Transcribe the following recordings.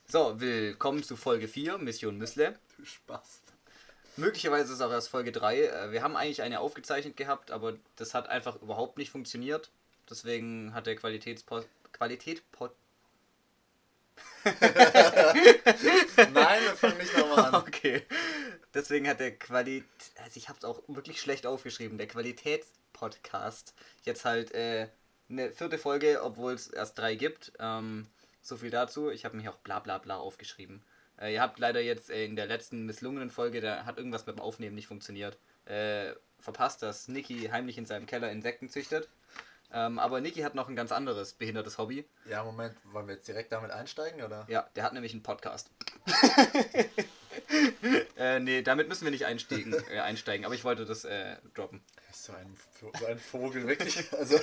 So, willkommen zu Folge 4, Mission Müsle. Du Spast. Möglicherweise ist es auch erst Folge 3. Wir haben eigentlich eine aufgezeichnet gehabt, aber das hat einfach überhaupt nicht funktioniert. Deswegen hat der Qualität... Nein, wir fangen nicht nochmal an. Okay. Deswegen hat der also ich habe es auch wirklich schlecht aufgeschrieben, der Qualitätspodcast jetzt halt eine 4. Folge, obwohl es erst 3 gibt. So viel dazu. Ich habe mir auch bla bla bla aufgeschrieben. Ihr habt leider jetzt in der letzten misslungenen Folge, da hat irgendwas mit dem Aufnehmen nicht funktioniert, verpasst, dass Niki heimlich in seinem Keller Insekten züchtet. Aber Niki hat noch ein ganz anderes behindertes Hobby. Ja, Moment, wollen wir jetzt direkt damit einsteigen, oder? Ja, der hat nämlich einen Podcast. Nee, damit müssen wir nicht einsteigen, aber ich wollte das droppen. Das ist so ein Vogel, wirklich. Also,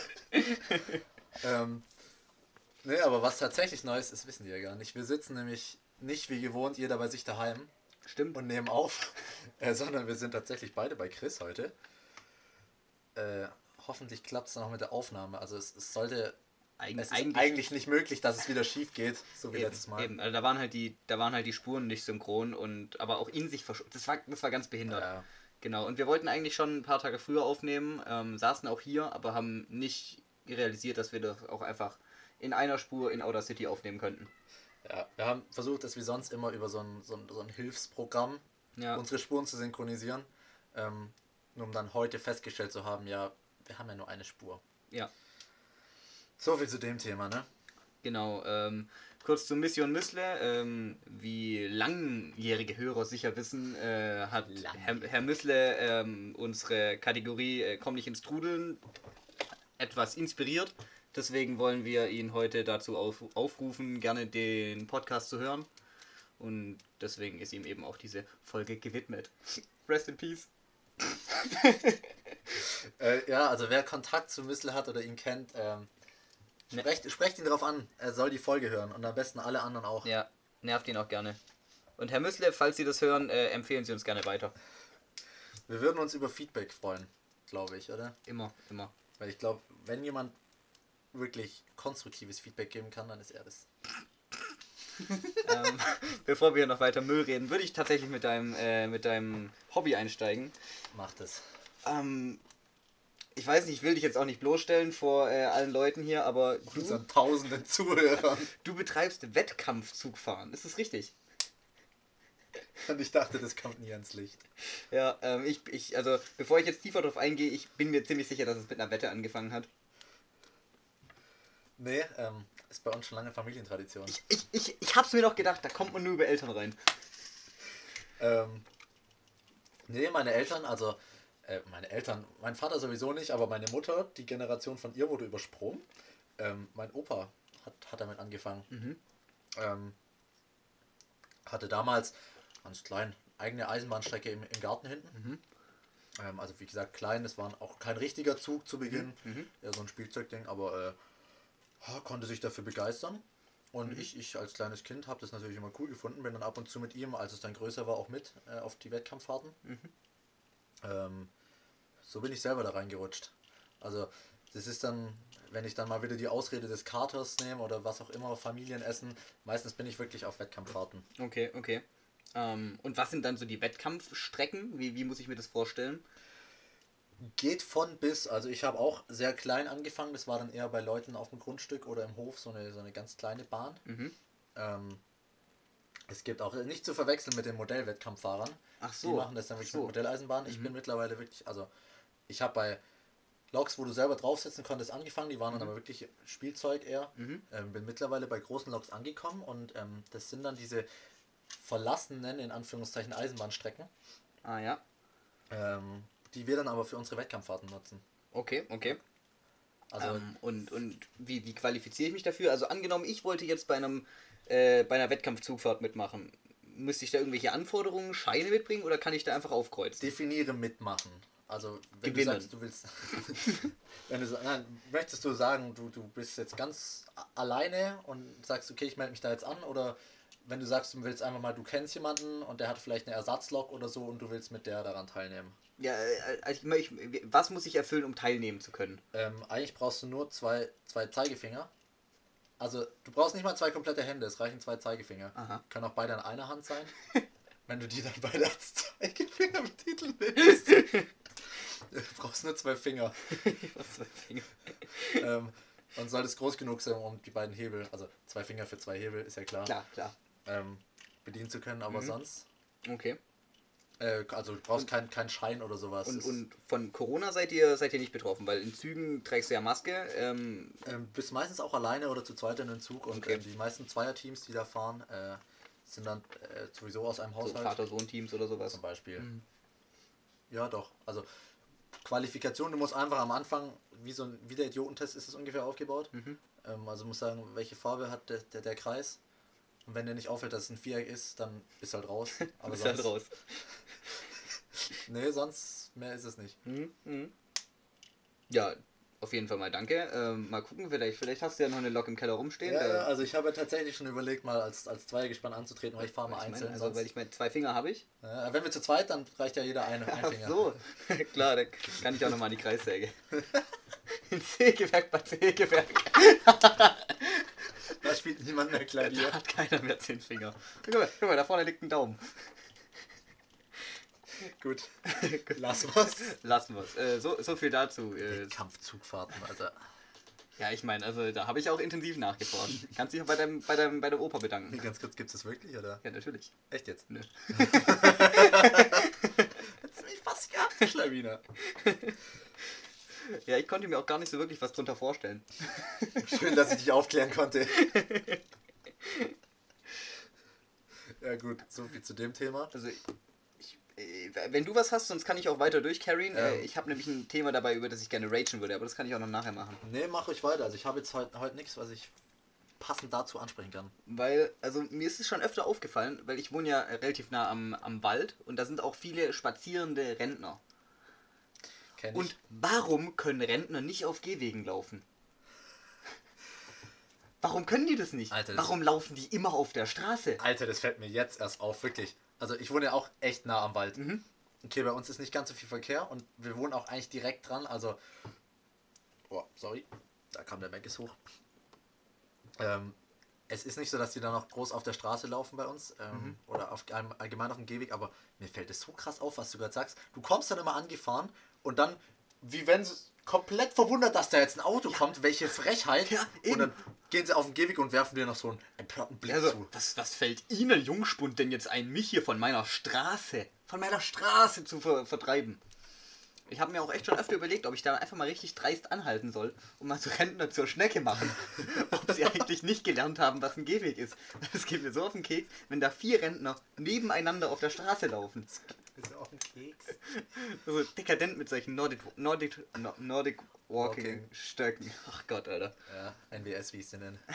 nee, aber was tatsächlich neu ist, das wissen die ja gar nicht. Wir sitzen nämlich nicht wie gewohnt, jeder bei sich daheim. Stimmt. Und nehmen auf, sondern wir sind tatsächlich beide bei Chris heute. Hoffentlich klappt es dann auch mit der Aufnahme. Also es sollte... Es ist eigentlich nicht möglich, dass es wieder schief geht, so wie letztes Mal. Eben, also da waren halt die Spuren nicht synchron und aber auch in sich verschoben. Das war ganz behindert. Ja. Genau, und wir wollten eigentlich schon ein paar Tage früher aufnehmen, saßen auch hier, aber haben nicht realisiert, dass wir das auch einfach in einer Spur in Outer City aufnehmen könnten. Ja, wir haben versucht, dass wie sonst immer über so ein Hilfsprogramm unsere Spuren zu synchronisieren, nur um dann heute festgestellt zu haben, ja, wir haben ja nur eine Spur. Ja. So viel zu dem Thema, ne? Genau, kurz zur Mission Müsle. Wie langjährige Hörer sicher wissen, hat Herr Müsle unsere Kategorie Komm nicht ins Trudeln etwas inspiriert. Deswegen wollen wir ihn heute dazu aufrufen, gerne den Podcast zu hören. Und deswegen ist ihm eben auch diese Folge gewidmet. Rest in Peace. Ja, also wer Kontakt zu Müsle hat oder ihn kennt, sprecht ihn darauf an, er soll die Folge hören und am besten alle anderen auch. Ja, nervt ihn auch gerne. Und Herr Müsle, falls Sie das hören, empfehlen Sie uns gerne weiter. Wir würden uns über Feedback freuen, glaube ich, oder? Immer. Weil ich glaube, wenn jemand wirklich konstruktives Feedback geben kann, dann ist er das. Bevor wir noch weiter Müll reden, würde ich tatsächlich mit deinem Hobby einsteigen. Mach das. Ich weiß nicht, ich will dich jetzt auch nicht bloßstellen vor allen Leuten hier, aber unseren tausenden Zuhörern. Du betreibst Wettkampfzugfahren, ist das richtig? Und ich dachte, das kommt nie ans Licht. Ja, also bevor ich jetzt tiefer drauf eingehe, ich bin mir ziemlich sicher, dass es mit einer Wette angefangen hat. Nee, ist bei uns schon lange Familientradition. Ich hab's mir doch gedacht, da kommt man nur über Eltern rein. Nee, meine Eltern, mein Vater sowieso nicht, aber meine Mutter, die Generation von ihr wurde übersprungen. Mein Opa hat damit angefangen. Mhm. Hatte damals, ganz klein, eigene Eisenbahnstrecke im Garten hinten. Mhm. Also wie gesagt, klein, es war auch kein richtiger Zug zu Beginn, Ja, so ein Spielzeugding, aber konnte sich dafür begeistern. Und ich als kleines Kind habe das natürlich immer cool gefunden, bin dann ab und zu mit ihm, als es dann größer war, auch mit auf die Wettkampffahrten. So bin ich selber da reingerutscht. Also das ist dann, wenn ich dann mal wieder die Ausrede des Katers nehme oder was auch immer, Familienessen, meistens bin ich wirklich auf Wettkampffahrten. Okay. Und was sind dann so die Wettkampfstrecken? Wie muss ich mir das vorstellen? Geht von bis, also ich habe auch sehr klein angefangen, das war dann eher bei Leuten auf dem Grundstück oder im Hof, so eine ganz kleine Bahn. Es gibt auch, nicht zu verwechseln mit den Modellwettkampffahrern. Ach so. Die machen das dann wirklich mit Modelleisenbahn. Ich bin mittlerweile wirklich, also ich habe bei Loks, wo du selber draufsitzen konntest, angefangen, die waren dann aber wirklich Spielzeug eher. Bin mittlerweile bei großen Loks angekommen und das sind dann diese verlassenen, in Anführungszeichen, Eisenbahnstrecken. Ah ja. Die wir dann aber für unsere Wettkampffahrten nutzen. Okay. Also und wie qualifiziere ich mich dafür? Also angenommen, ich wollte jetzt bei einer Wettkampfzugfahrt mitmachen. Müsste ich da irgendwelche Anforderungen, Scheine mitbringen oder kann ich da einfach aufkreuzen? Definiere mitmachen. Also wenn Gewinnen. du sagst, du willst... möchtest du sagen, du bist jetzt ganz alleine und sagst, okay, ich melde mich da jetzt an, oder wenn du sagst, du willst einfach mal, du kennst jemanden und der hat vielleicht eine Ersatzlok oder so und du willst mit der daran teilnehmen. Ja, was muss ich erfüllen, um teilnehmen zu können? Eigentlich brauchst du nur zwei Zeigefinger Also, du brauchst nicht mal 2 komplette Hände, es reichen 2 Zeigefinger. Aha. Können auch beide an einer Hand sein. Wenn du die dann beide als Zeigefinger betiteln willst. Du brauchst nur 2 Finger. Ich brauch 2 Finger. Und soll es groß genug sein, um die beiden Hebel, also 2 Finger für 2 Hebel, ist ja klar. Klar. Bedienen zu können, aber sonst. Okay. Also du brauchst keinen Schein oder sowas. Und von Corona seid ihr nicht betroffen, weil in Zügen trägst du ja Maske. Bist meistens auch alleine oder zu zweit in den Zug und Okay. die meisten Zweierteams, die da fahren, sind dann sowieso aus einem So Haushalt. Vater-Sohn-Teams oder sowas. Zum Beispiel. Ja, doch. Also Qualifikation, du musst einfach am Anfang, wie der Idiotentest ist es ungefähr aufgebaut. Also du musst sagen, welche Farbe hat der Kreis. Und wenn dir nicht auffällt, dass es ein Viereck ist, dann bist du halt raus. Aber Bist sonst, halt raus. Nee, sonst mehr ist es nicht. Ja, auf jeden Fall mal danke. Mal gucken, vielleicht hast du ja noch eine Lok im Keller rumstehen. Ja, also ich habe ja tatsächlich schon überlegt, mal als Zweiergespann anzutreten, weil ich fahre mal einzeln. Weil ich meine, 2 Finger habe ich. Ja, wenn wir zu zweit, dann reicht ja jeder ein Ach Finger. so, klar, da kann ich auch nochmal die Kreissäge. In Sägewerk bei Sägewerk. Da spielt niemand mehr Klavier. Da hat keiner mehr 10 Finger. Guck mal, da vorne liegt ein Daumen. Gut, lassen wir's. Lassen wir's. So viel dazu. Kampfzugfahrten, also. Ja, ich meine, also da habe ich auch intensiv nachgeforscht. Kannst dich auch bei der Oper bedanken. Nee, ganz kurz, gibt es das wirklich, oder? Ja, natürlich. Echt jetzt? Nö. Hättest du mich fast gehabt, Schlawiner. Ja, ich konnte mir auch gar nicht so wirklich was drunter vorstellen. Schön, dass ich dich aufklären konnte. Ja gut, so viel zu dem Thema. Also wenn du was hast, sonst kann ich auch weiter durchcarryen. Ich habe nämlich ein Thema dabei, über das ich gerne ragen würde, aber das kann ich auch noch nachher machen. Nee, mach ruhig weiter. Also ich habe jetzt heute nichts, was ich passend dazu ansprechen kann. Weil, also mir ist es schon öfter aufgefallen, weil ich wohne ja relativ nah am Wald und da sind auch viele spazierende Rentner. Kenn ich. Und warum können Rentner nicht auf Gehwegen laufen? Warum können die das nicht? Alter, das Warum laufen die immer auf der Straße? Alter, das fällt mir jetzt erst auf, wirklich. Also ich wohne ja auch echt nah am Wald. Okay, bei uns ist nicht ganz so viel Verkehr und wir wohnen auch eigentlich direkt dran, also... Oh, sorry. Da kam der Meckes hoch. Es ist nicht so, dass die da noch groß auf der Straße laufen bei uns oder allgemein auf dem Gehweg, aber mir fällt es so krass auf, was du gerade sagst. Du kommst dann immer angefahren und dann, wie wenn sie komplett verwundert, dass da jetzt ein Auto kommt, welche Frechheit. Ja, eben. Und dann gehen sie auf den Gehweg und werfen dir noch so einen empörten Blick Also, zu. was fällt Ihnen, Jungspund, denn jetzt ein, mich hier von meiner Straße zu vertreiben? Ich habe mir auch echt schon öfter überlegt, ob ich da einfach mal richtig dreist anhalten soll und mal so Rentner zur Schnecke machen. Ob sie eigentlich nicht gelernt haben, was ein Gehweg ist. Es geht mir so auf den Keks, wenn da 4 Rentner nebeneinander auf der Straße laufen. Ist ja auch ein Keks. So dekadent mit solchen Nordic Walking Stöcken. Ach Gott, Alter. Ja, NWS, wie ich sie nenne.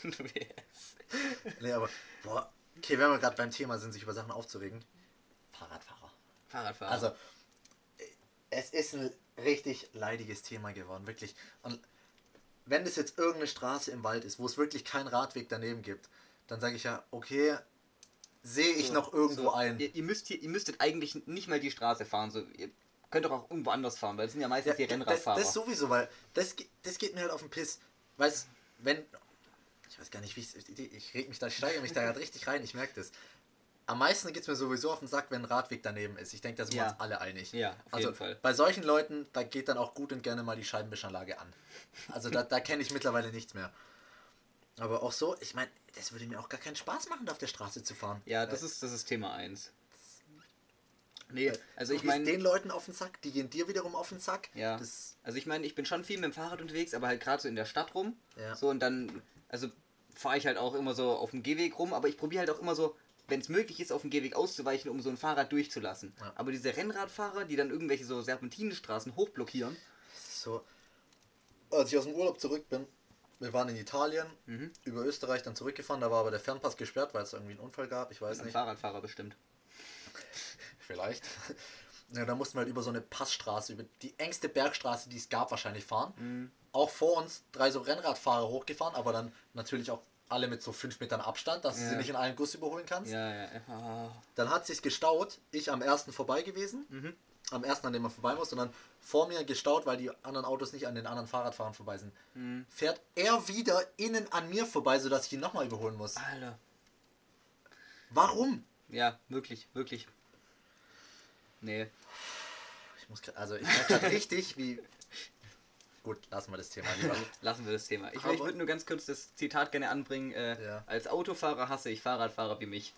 Nee, aber, boah, okay, wenn wir gerade beim Thema sind, sich über Sachen aufzuregen. Fahrradfahrer. Also, es ist ein richtig leidiges Thema geworden, wirklich. Und wenn es jetzt irgendeine Straße im Wald ist, wo es wirklich keinen Radweg daneben gibt, dann sage ich ja, okay, sehe ich noch irgendwo ein. Ihr müsstet eigentlich nicht mal die Straße fahren, so, ihr könnt doch auch irgendwo anders fahren, weil es sind ja meistens die Rennradfahrer. Das sowieso, weil das geht mir halt auf den Piss. Weißt, wenn, ich weiß gar nicht, wie ich steige mich da gerade richtig rein, ich merke das. Am meisten geht es mir sowieso auf den Sack, wenn ein Radweg daneben ist. Ich denke, da sind wir uns alle einig. Ja, auf jeden Fall. Bei solchen Leuten, da geht dann auch gut und gerne mal die Scheibenwischanlage an. Also da kenne ich mittlerweile nichts mehr. Aber auch so, ich meine, das würde mir auch gar keinen Spaß machen, da auf der Straße zu fahren. Ja, das ist Thema 1. Nee, also ich meine... meine... den Leuten auf den Sack, die gehen dir wiederum auf den Sack. Ja, also ich meine, ich bin schon viel mit dem Fahrrad unterwegs, aber halt gerade so in der Stadt rum. Ja. So und dann, also fahre ich halt auch immer so auf dem Gehweg rum, aber ich probiere halt auch immer so, wenn es möglich ist, auf dem Gehweg auszuweichen, um so ein Fahrrad durchzulassen. Ja. Aber diese Rennradfahrer, die dann irgendwelche so Serpentinenstraßen hochblockieren. So, als ich aus dem Urlaub zurück bin, wir waren in Italien, über Österreich dann zurückgefahren, da war aber der Fernpass gesperrt, weil es irgendwie einen Unfall gab, ich weiß nicht. Fahrradfahrer bestimmt. Vielleicht. Ja, da mussten wir halt über so eine Passstraße, über die engste Bergstraße, die es gab, wahrscheinlich fahren. Auch vor uns 3 so Rennradfahrer hochgefahren, aber dann natürlich auch alle mit so 5 Metern Abstand, dass du sie nicht in einen Guss überholen kannst. Ja. Dann hat sich's gestaut, ich am ersten vorbei gewesen, am ersten, an dem man vorbei muss, und dann vor mir gestaut, weil die anderen Autos nicht an den anderen Fahrradfahrern vorbei sind. Fährt er wieder innen an mir vorbei, sodass ich ihn nochmal überholen muss. Alter. Warum? Ja, wirklich. Nee. Ich merke gerade richtig, wie... Gut, lassen wir das Thema lieber. Lassen wir das Thema. Ich würde nur ganz kurz das Zitat gerne anbringen. Als Autofahrer hasse ich Fahrradfahrer wie mich.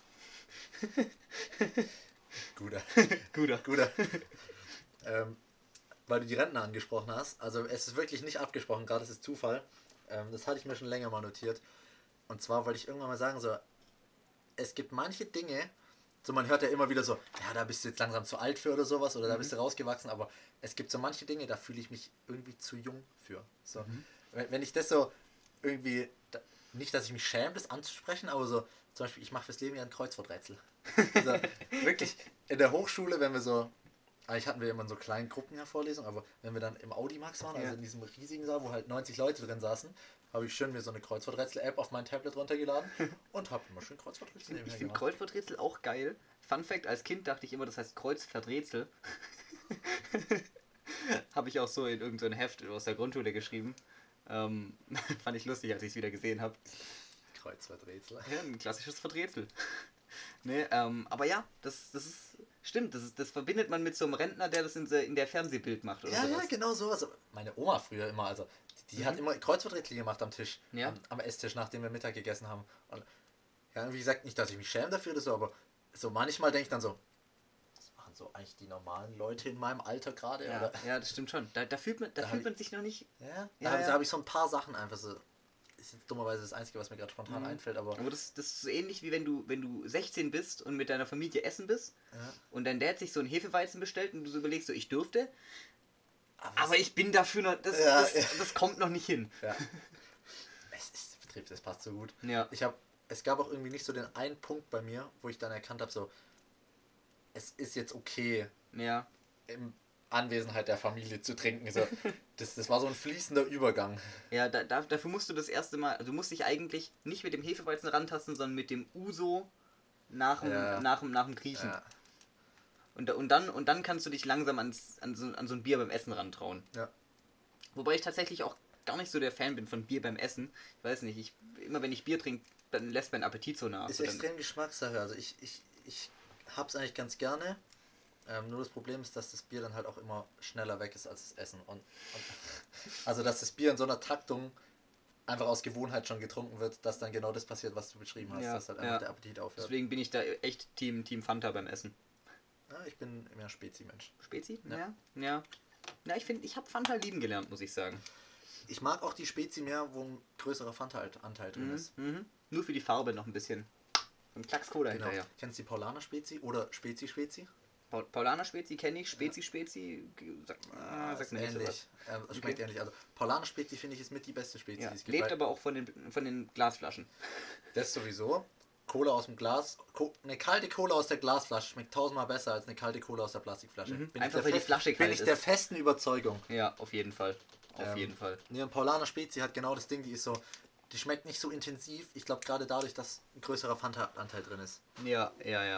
Guter. Weil du die Rentner angesprochen hast. Also es ist wirklich nicht abgesprochen, gerade es ist Zufall. Das hatte ich mir schon länger mal notiert. Und zwar wollte ich irgendwann mal sagen, so, es gibt manche Dinge, so man hört ja immer wieder so, ja, da bist du jetzt langsam zu alt für oder sowas, oder da bist du rausgewachsen, aber es gibt so manche Dinge, da fühle ich mich irgendwie zu jung für. So, wenn ich das so irgendwie, nicht, dass ich mich schäme, das anzusprechen, aber so, zum Beispiel, ich mache fürs Leben ja ein Kreuzworträtsel. Also, wirklich, in der Hochschule, wenn wir so, eigentlich hatten wir immer in so kleinen Gruppen ja Vorlesungen, aber wenn wir dann im Audimax waren, also in diesem riesigen Saal, wo halt 90 Leute drin saßen, habe ich schön mir so eine Kreuzworträtsel-App auf mein Tablet runtergeladen und habe immer schön Kreuzworträtsel nebenher Ich finde gemacht. Kreuzworträtsel auch geil. Fun Fact, als Kind dachte ich immer, das heißt Kreuzverdrätsel. Habe ich auch so in irgendein Heft aus der Grundschule geschrieben. Fand ich lustig, als ich es wieder gesehen habe. Kreuzworträtsel. Ja, ein klassisches Verdrätsel. Nee, aber ja, das ist, stimmt, das verbindet man mit so einem Rentner, der das in der Fernsehbild macht oder sowas. Ja, genau sowas. Meine Oma früher immer, also die hat immer Kreuzworträtsel gemacht am Tisch, am Esstisch, nachdem wir Mittag gegessen haben. Und ja, wie gesagt, nicht, dass ich mich schäme dafür oder so, aber so manchmal denke ich dann so, das machen so eigentlich die normalen Leute in meinem Alter gerade. Ja, oder? Ja, das stimmt schon. Da fühlt man sich noch nicht... Da habe ich so ein paar Sachen einfach so. Ist jetzt dummerweise das Einzige, was mir gerade spontan einfällt, aber das ist so ähnlich wie wenn du 16 bist und mit deiner Familie essen bist und dein Dad sich so einen Hefeweizen bestellt und du so überlegst, so, ich dürfte, aber ich bin dafür noch, das kommt noch nicht hin. Ja. Es ist Betrieb, das passt so gut. Ja. Es gab auch irgendwie nicht so den einen Punkt bei mir, wo ich dann erkannt habe, so, es ist jetzt okay, in Anwesenheit der Familie zu trinken. So. Das war so ein fließender Übergang. Ja, dafür musst du das erste Mal, also du musst dich eigentlich nicht mit dem Hefeweizen rantasten, sondern mit dem Uso nach dem Griechen. Ja. Und dann kannst du dich langsam an so ein Bier beim Essen rantrauen. Ja. Wobei ich tatsächlich auch gar nicht so der Fan bin von Bier beim Essen. Ich weiß nicht, immer wenn ich Bier trinke, dann lässt mein Appetit so nach. Ist extrem Geschmackssache. Also ich hab's eigentlich ganz gerne. Nur das Problem ist, dass das Bier dann halt auch immer schneller weg ist als das Essen. Und also dass das Bier in so einer Taktung einfach aus Gewohnheit schon getrunken wird, dass dann genau das passiert, was du beschrieben hast, dass halt einfach der Appetit aufhört. Deswegen bin ich da echt Team Fanta beim Essen. Ja, ich bin mehr Spezi-Mensch. Spezi? Ja. Ja, ich habe Fanta lieben gelernt, muss ich sagen. Ich mag auch die Spezi mehr, wo ein größerer Fanta-Anteil drin ist. Nur für die Farbe noch ein bisschen. Ein Klacks Cola hinterher. Kennst du die Paulaner Spezi oder Spezi? Paulaner Spezi kenne ich, Spezi sagt mir ähnlich. Nicht so was. Schmeckt ähnlich. Also Paulaner Spezi finde ich ist mit die beste Spezi, die es gibt. Lebt aber auch von den Glasflaschen. Das sowieso. Cola aus dem Glas. Eine kalte Cola aus der Glasflasche schmeckt tausendmal besser als eine kalte Cola aus der Plastikflasche. Einfach weil die Flasche kalt ist. Bin ich der festen Überzeugung. Ja, auf jeden Fall. Auf jeden Fall. Nee, und Paulaner Spezi hat genau das Ding, die schmeckt nicht so intensiv. Ich glaube gerade dadurch, dass ein größerer Fanta-Anteil drin ist. Ja.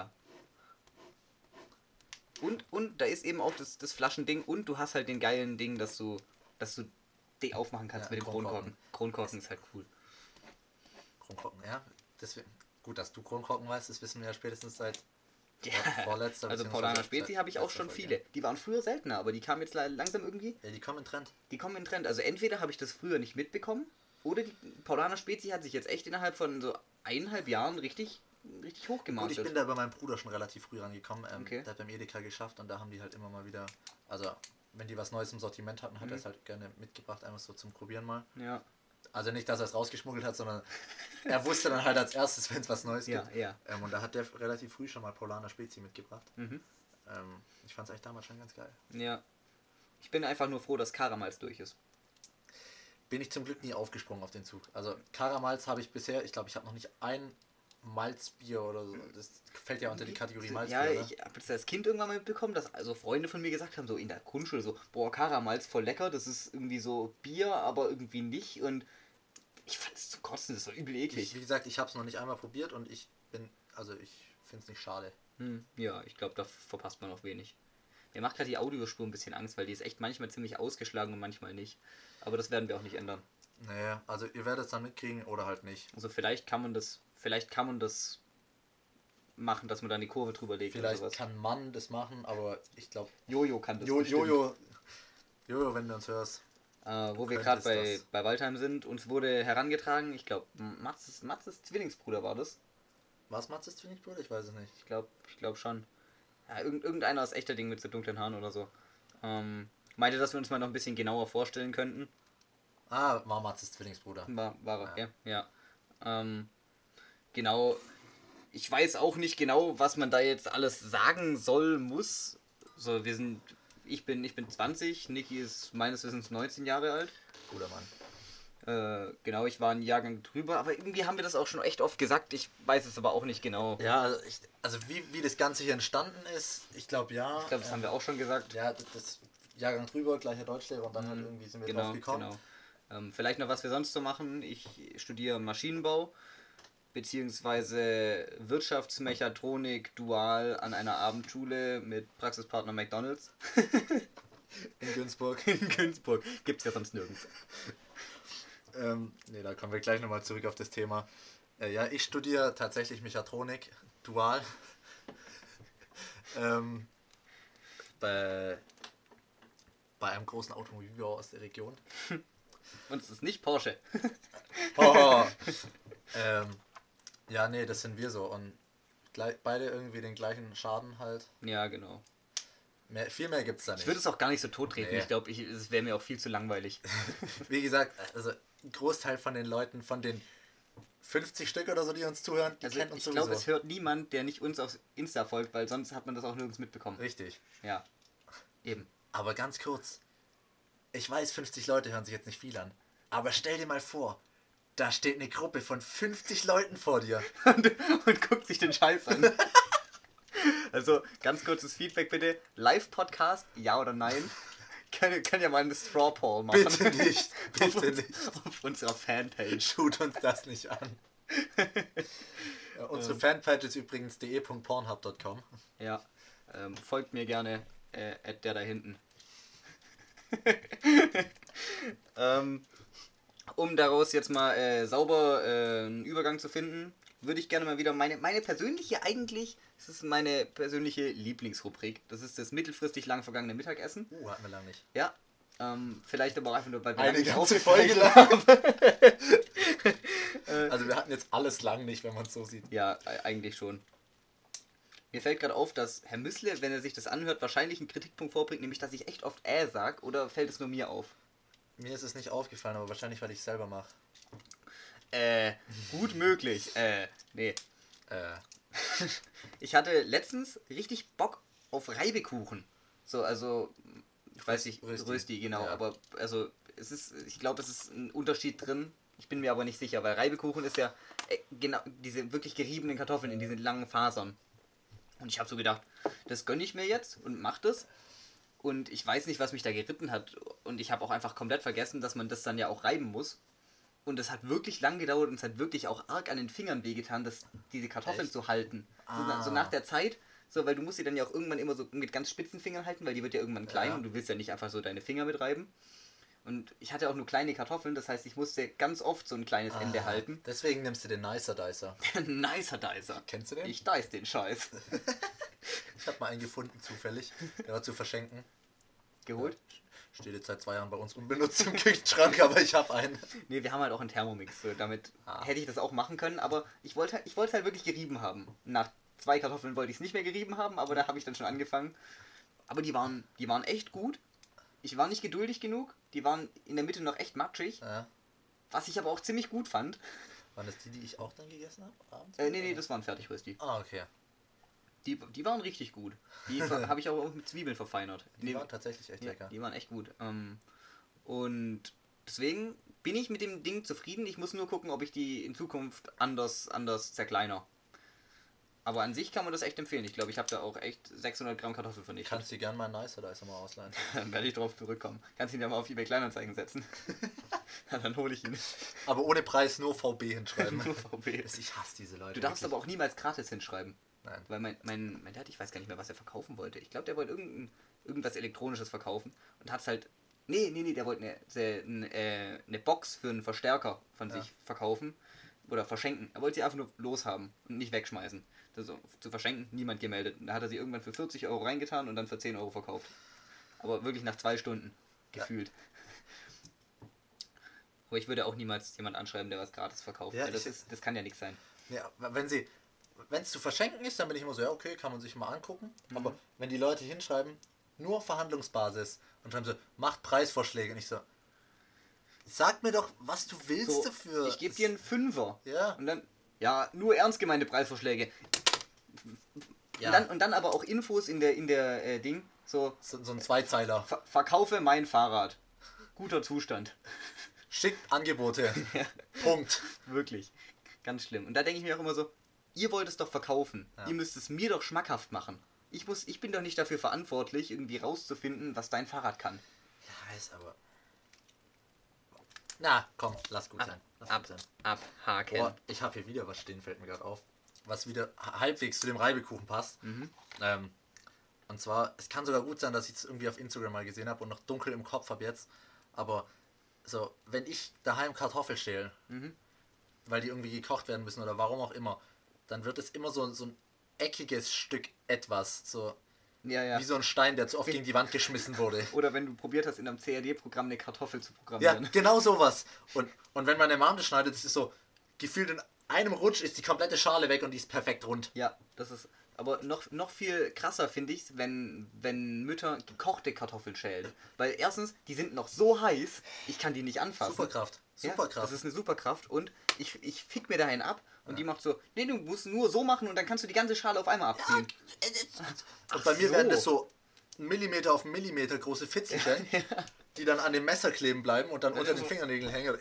Und da ist eben auch das Flaschending und du hast halt den geilen Ding, dass du den aufmachen kannst mit dem Kronkorken. Kronkorken ist halt cool. Kronkorken, ja. Deswegen, gut, dass du Kronkorken weißt, das wissen wir ja spätestens seit vorletzter. Also Paulaner Spezi habe ich auch schon viele. Die waren früher seltener, aber die kamen jetzt langsam irgendwie... Ja, die kommen in Trend. Also entweder habe ich das früher nicht mitbekommen, oder die Paulaner Spezi hat sich jetzt echt innerhalb von so 1,5 Jahren richtig hochgemacht. Gut, ich bin da bei meinem Bruder schon relativ früh rangekommen. Der hat beim Edeka geschafft und da haben die halt immer mal wieder, also wenn die was Neues im Sortiment hatten, hat er es halt gerne mitgebracht, einfach so zum Probieren mal. Ja. Also nicht, dass er es rausgeschmuggelt hat, sondern er wusste dann halt als erstes, wenn es was Neues gibt. Ja. Und da hat der relativ früh schon mal Paulaner Spezi mitgebracht. Ich fand es eigentlich damals schon ganz geil. Ja. Ich bin einfach nur froh, dass Karamals durch ist. Bin ich zum Glück nie aufgesprungen auf den Zug. Also Karamals habe ich bisher, ich glaube, ich habe noch nicht ein Malzbier oder so. Das fällt ja unter die Kategorie Malzbier. Ja, ich habe das als Kind irgendwann mal mitbekommen, dass also Freunde von mir gesagt haben, so in der Grundschule, so, boah, Karamals voll lecker, das ist irgendwie so Bier, aber irgendwie nicht, und ich fand es zum Kotzen, das war übel eklig. Wie gesagt, ich habe es noch nicht einmal probiert und ich finde es nicht schade. Ja, ich glaube, da verpasst man auch wenig. Mir macht gerade die Audiospur ein bisschen Angst, weil die ist echt manchmal ziemlich ausgeschlagen und manchmal nicht. Aber das werden wir auch nicht ändern. Naja, also ihr werdet es dann mitkriegen oder halt nicht. Also vielleicht kann man das machen, dass man dann die Kurve drüber legt Vielleicht oder sowas. kann man das machen, aber ich glaube... Jojo kann das Jojo, wenn du uns hörst. Wo wir gerade bei Waldheim sind, uns wurde herangetragen, ich glaube, Matzes Zwillingsbruder war das. War es Matzes Zwillingsbruder? Ich weiß es nicht. Ich glaube schon. Ja, irgendeiner aus echter Ding mit so dunklen Haaren oder so. Meinte, dass wir uns mal noch ein bisschen genauer vorstellen könnten. Ah, war Matzes Zwillingsbruder. War okay, ja. Genau. Ich weiß auch nicht genau, was man da jetzt alles sagen soll, muss. So, ich bin 20, Niki ist meines Wissens 19 Jahre alt. Guter Mann. Genau, ich war einen Jahrgang drüber, aber irgendwie haben wir das auch schon echt oft gesagt, ich weiß es aber auch nicht genau. Ja, also wie das Ganze hier entstanden ist, ich glaube ja. Ich glaube, das haben wir auch schon gesagt. Ja, das Jahrgang drüber, gleicher Deutschlehrer und dann halt irgendwie sind wir drauf gekommen. Genau. Vielleicht noch, was wir sonst so machen. Ich studiere Maschinenbau, beziehungsweise Wirtschaftsmechatronik dual an einer Abendschule mit Praxispartner McDonald's. In Günzburg. In Günzburg. Gibt's ja sonst nirgends. Ne, da kommen wir gleich nochmal zurück auf das Thema. Ja, ich studiere tatsächlich Mechatronik, dual. Bei einem großen Automobilbauer aus der Region. Und es ist nicht Porsche. Oh. Ja, nee, das sind wir so. Und beide irgendwie den gleichen Schaden halt. Ja, genau. Viel mehr gibt's da nicht. Ich würde es auch gar nicht so tottreten. Nee. Ich glaube, es wäre mir auch viel zu langweilig. Wie gesagt, also ein Großteil von den Leuten, von den 50 Stück oder so, die uns zuhören, die kennen uns ich sowieso. glaube, es hört niemand, der nicht uns auf Insta folgt, weil sonst hat man das auch nirgends mitbekommen. Richtig. Ja, eben. Aber ganz kurz, ich weiß, 50 Leute hören sich jetzt nicht viel an, aber stell dir mal vor, da steht eine Gruppe von 50 Leuten vor dir. und guckt sich den Scheiß an. Also, ganz kurzes Feedback bitte. Live-Podcast, ja oder nein? Kann ja mal eine Straw Poll machen. Bitte nicht, bitte nicht. Auf unserer Fanpage. Tut uns das nicht an. Ja, unsere Fanpage ist übrigens de.pornhub.com. Ja, folgt mir gerne, der da hinten. Um daraus jetzt mal sauber einen Übergang zu finden, würde ich gerne mal wieder meine persönliche, eigentlich, das ist meine persönliche Lieblingsrubrik. Das ist das mittelfristig lang vergangene Mittagessen. Hatten wir lange nicht. Ja, vielleicht aber auch einfach nur, weil wir Eine nicht ganze Folge lang. Also wir hatten jetzt alles lang nicht, wenn man es so sieht. Ja, eigentlich schon. Mir fällt gerade auf, dass Herr Müssle, wenn er sich das anhört, wahrscheinlich einen Kritikpunkt vorbringt, nämlich, dass ich echt oft sag, oder fällt es nur mir auf? Mir ist es nicht aufgefallen, aber wahrscheinlich, weil ich es selber mache. Gut möglich. Nee. Ich hatte letztens richtig Bock auf Reibekuchen. So, also, ich weiß nicht, Rösti, genau, ja. Aber, also, ich glaube, es ist ein Unterschied drin. Ich bin mir aber nicht sicher, weil Reibekuchen ist ja genau diese wirklich geriebenen Kartoffeln in diesen langen Fasern. Und ich habe so gedacht, das gönne ich mir jetzt und mach das. Und ich weiß nicht, was mich da geritten hat. Und ich habe auch einfach komplett vergessen, dass man das dann ja auch reiben muss. Und es hat wirklich lang gedauert und es hat wirklich auch arg an den Fingern wehgetan, diese Kartoffeln zu halten. So nach der Zeit, so, weil du musst sie dann ja auch irgendwann immer so mit ganz spitzen Fingern halten, weil die wird ja irgendwann klein und du willst ja nicht einfach so deine Finger mitreiben. Und ich hatte auch nur kleine Kartoffeln, das heißt, ich musste ganz oft so ein kleines Ende halten. Deswegen nimmst du den Nicer Dicer. Nicer Dicer. Kennst du den? Ich dice den Scheiß. Ich habe mal einen gefunden, zufällig. Der war zu verschenken. Geholt? Steht jetzt seit 2 Jahren bei uns unbenutzt im Küchenschrank, aber ich habe einen. Nee, wir haben halt auch einen Thermomix. So, damit hätte ich das auch machen können, aber ich wollte halt wirklich gerieben haben. Nach 2 Kartoffeln wollte ich es nicht mehr gerieben haben, aber da habe ich dann schon angefangen. Aber die waren echt gut. Ich war nicht geduldig genug. Die waren in der Mitte noch echt matschig. Ja. Was ich aber auch ziemlich gut fand. Waren das die ich auch dann gegessen habe? Abends? Nee, das waren Fertigrösti. Okay. Die waren richtig gut. Die habe ich auch mit Zwiebeln verfeinert. Die waren tatsächlich echt lecker. Die waren echt gut. Und deswegen bin ich mit dem Ding zufrieden. Ich muss nur gucken, ob ich die in Zukunft anders zerkleiner. Aber an sich kann man das echt empfehlen. Ich glaube, ich habe da auch echt 600 Gramm Kartoffeln vernichtet. Kannst du gerne mal einen Nicer Dicer mal ausleihen. Dann werde ich drauf zurückkommen. Kannst ihn ja mal auf eBay Kleinanzeigen setzen. Dann hole ich ihn. Aber ohne Preis, nur VB hinschreiben. Nur VB. Ich hasse diese Leute. Du darfst aber auch niemals gratis hinschreiben. Nein. Weil mein Dad, ich weiß gar nicht mehr, was er verkaufen wollte. Ich glaube, der wollte irgendwas Elektronisches verkaufen und hat es halt. Nee, der wollte eine Box für einen Verstärker von sich verkaufen oder verschenken. Er wollte sie einfach nur loshaben und nicht wegschmeißen. Also, zu verschenken, niemand gemeldet. Da hat er sie irgendwann für 40 Euro reingetan und dann für 10 Euro verkauft. Aber wirklich nach 2 Stunden gefühlt. Aber ich würde auch niemals jemand anschreiben, der was gratis verkauft. Ja, das kann ja nichts sein. Ja, wenn es zu verschenken ist, dann bin ich immer so, ja okay, kann man sich mal angucken. Aber wenn die Leute hinschreiben, nur Verhandlungsbasis und schreiben so, macht Preisvorschläge und ich so, sag mir doch, was du willst So, dafür. ich gebe dir einen Fünfer. Ja. Und dann, ja, nur ernst gemeinte Preisvorschläge. Ja. Und dann aber auch Infos in der Ding. So ein Zweizeiler. Verkaufe mein Fahrrad. Guter Zustand. Schickt Angebote. Punkt. Wirklich. Ganz schlimm. Und da denke ich mir auch immer so, ihr wollt es doch verkaufen. Ja. Ihr müsst es mir doch schmackhaft machen. Ich bin doch nicht dafür verantwortlich, irgendwie rauszufinden, was dein Fahrrad kann. Ja, ist aber... Na, komm, lass gut sein. Abhaken. Boah, ich habe hier wieder was stehen, fällt mir gerade auf. Was wieder halbwegs zu dem Reibekuchen passt. Und zwar, es kann sogar gut sein, dass ich es irgendwie auf Instagram mal gesehen habe und noch dunkel im Kopf habe jetzt. Aber so, wenn ich daheim Kartoffeln schäle, weil die irgendwie gekocht werden müssen oder warum auch immer, dann wird es immer so ein eckiges Stück etwas. So wie so ein Stein, der zu oft gegen die Wand geschmissen wurde. Oder wenn du probiert hast, in einem CAD-Programm eine Kartoffel zu programmieren. Ja, genau sowas. Und wenn meine Mom das schneidet, das ist so, gefühlt in einem Rutsch ist die komplette Schale weg und die ist perfekt rund. Ja, das ist... Aber noch viel krasser finde ich es, wenn Mütter gekochte Kartoffeln schälen. Weil erstens, die sind noch so heiß, ich kann die nicht anfassen. Superkraft. Ja, das ist eine Superkraft. Und ich fick mir da einen ab und die macht so, nee, du musst nur so machen und dann kannst du die ganze Schale auf einmal abziehen. Ja, und bei mir werden das so Millimeter auf Millimeter große Fitzelchen, die dann an dem Messer kleben bleiben und dann unter den Fingernägeln hängen.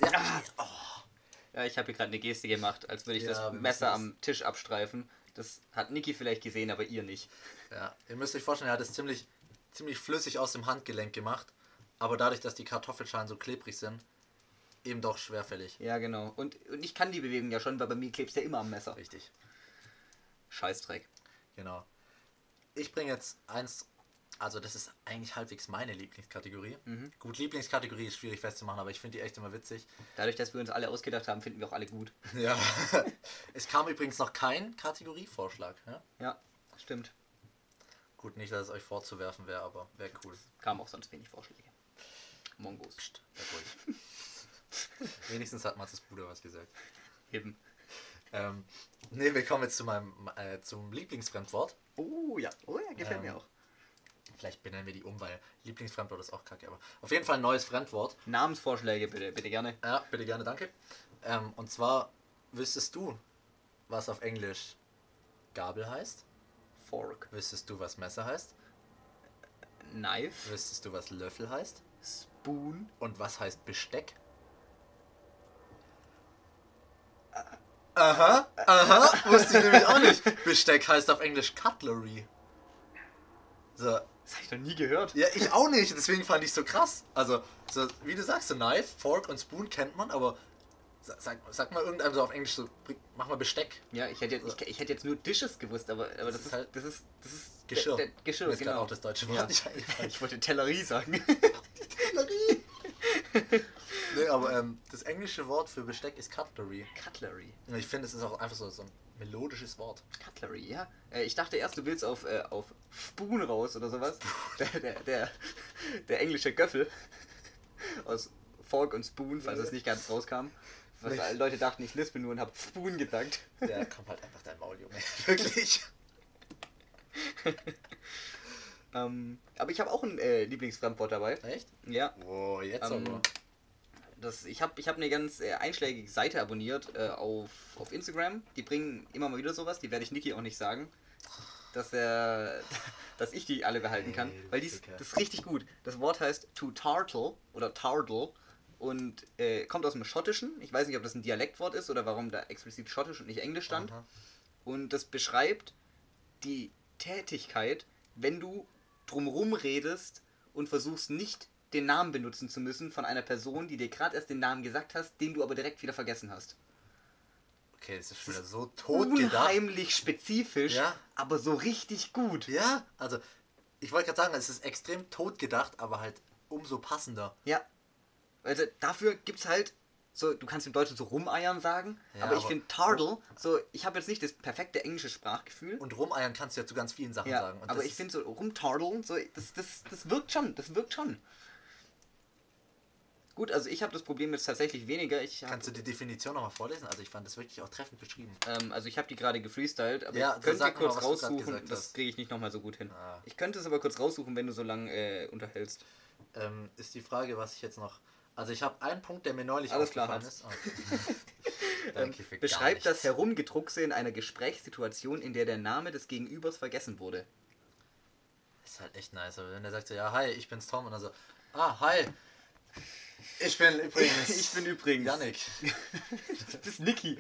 Ja, ich habe hier gerade eine Geste gemacht, als würde ich das Messer am Tisch abstreifen. Das hat Niki vielleicht gesehen, aber ihr nicht. Ja, ihr müsst euch vorstellen, er hat es ziemlich flüssig aus dem Handgelenk gemacht, aber dadurch, dass die Kartoffelschalen so klebrig sind, eben doch schwerfällig. Ja, genau. Und ich kann die Bewegung ja schon, weil bei mir klebst ja immer am Messer. Richtig. Scheißdreck. Genau. Ich bringe jetzt eins, also das ist eigentlich halbwegs meine Lieblingskategorie. Gut, Lieblingskategorie ist schwierig festzumachen, aber ich finde die echt immer witzig. Dadurch, dass wir uns alle ausgedacht haben, finden wir auch alle gut. Ja. Es kam übrigens noch kein Kategorievorschlag. Ja, stimmt. Gut, nicht, dass es euch vorzuwerfen wäre, aber wäre cool. Kam auch sonst wenig Vorschläge. Mongos. Psst, ruhig. Wenigstens hat Matzes Bruder was gesagt. Eben. Wir kommen jetzt zum Lieblingsfremdwort. Oh ja, gefällt mir auch. Vielleicht benennen wir die weil Lieblingsfremdwort ist auch kacke, aber auf jeden Fall ein neues Fremdwort. Namensvorschläge bitte gerne. Ja, bitte gerne, danke. Und zwar, wüsstest du, was auf Englisch Gabel heißt? Fork. Wüsstest du, was Messer heißt? Knife. Wüsstest du, was Löffel heißt? Spoon. Und was heißt Besteck? Aha, wusste ich nämlich auch nicht. Besteck heißt auf Englisch Cutlery. So. Das habe ich noch nie gehört. Ja, ich auch nicht, deswegen fand ich so krass. Also, so, wie du sagst, so Knife, Fork und Spoon kennt man, aber sag mal irgendeinem so auf Englisch so, mach mal Besteck. Ja, ich hätte jetzt nur Dishes gewusst, aber das ist Geschirr. Geschirr, mir ist genau. Auch das deutsche Wort nicht eingefallen. Ich wollte Tellerie sagen. Die Tellerie. Nee, aber das englische Wort für Besteck ist Cutlery. Cutlery. Und ich finde, es ist auch einfach so ein melodisches Wort. Cutlery, ja. Ich dachte erst, du willst auf Spoon raus oder sowas. Der englische Göffel. Aus Fork und Spoon, falls es nicht ganz rauskam. Was Leute dachten, ich lispel nur und hab Spoon gesagt. Ja, komm halt einfach dein Maul, Junge. Wirklich. Aber ich habe auch ein Lieblingsfremdwort dabei. Echt? Ja. Oh, jetzt aber. Ich hab eine ganz einschlägige Seite abonniert auf Instagram. Die bringen immer mal wieder sowas. Die werde ich Niki auch nicht sagen. Dass ich die alle behalten kann. Weil das ist richtig gut. Das Wort heißt to turtle oder tardle und kommt aus dem Schottischen. Ich weiß nicht, ob das ein Dialektwort ist oder warum da explizit Schottisch und nicht Englisch stand. Aha. Und das beschreibt die Tätigkeit, wenn du drumrum redest und versuchst nicht den Namen benutzen zu müssen von einer Person, die dir gerade erst den Namen gesagt hast, den du aber direkt wieder vergessen hast. Okay, das ist schon wieder so tot gedacht. Unheimlich spezifisch, ja? aber so richtig gut. Ja, also ich wollte gerade sagen, es ist extrem tot gedacht, aber halt umso passender. Ja, also dafür gibt's halt so, du kannst im Deutschen so rumeiern sagen, Ja, aber ich finde Tardle, so, ich habe jetzt nicht das perfekte englische Sprachgefühl. Und rumeiern kannst du ja zu ganz vielen Sachen sagen. Und aber ich finde so rumtardeln, so, das wirkt schon. Gut, also ich habe das Problem jetzt tatsächlich weniger. Kannst du die Definition nochmal vorlesen? Also ich fand das wirklich auch treffend beschrieben. Also ich habe die gerade gefreestylt, aber ja, ich könnte sag kurz mal, raussuchen, das kriege ich nicht nochmal so gut hin. Ich könnte es aber kurz raussuchen, wenn du so lange unterhältst. Ist die Frage, was ich jetzt noch... Also ich habe einen Punkt, der mir neulich aufgefallen ist. Okay. Beschreibt das Herumgedruckse in einer Gesprächssituation, in der der Name des Gegenübers vergessen wurde. Das ist halt echt nice. Aber wenn der sagt so, ja, hi, ich bin's Tom. Und dann so, hi. Ich bin übrigens Yannick. Du bist Niki.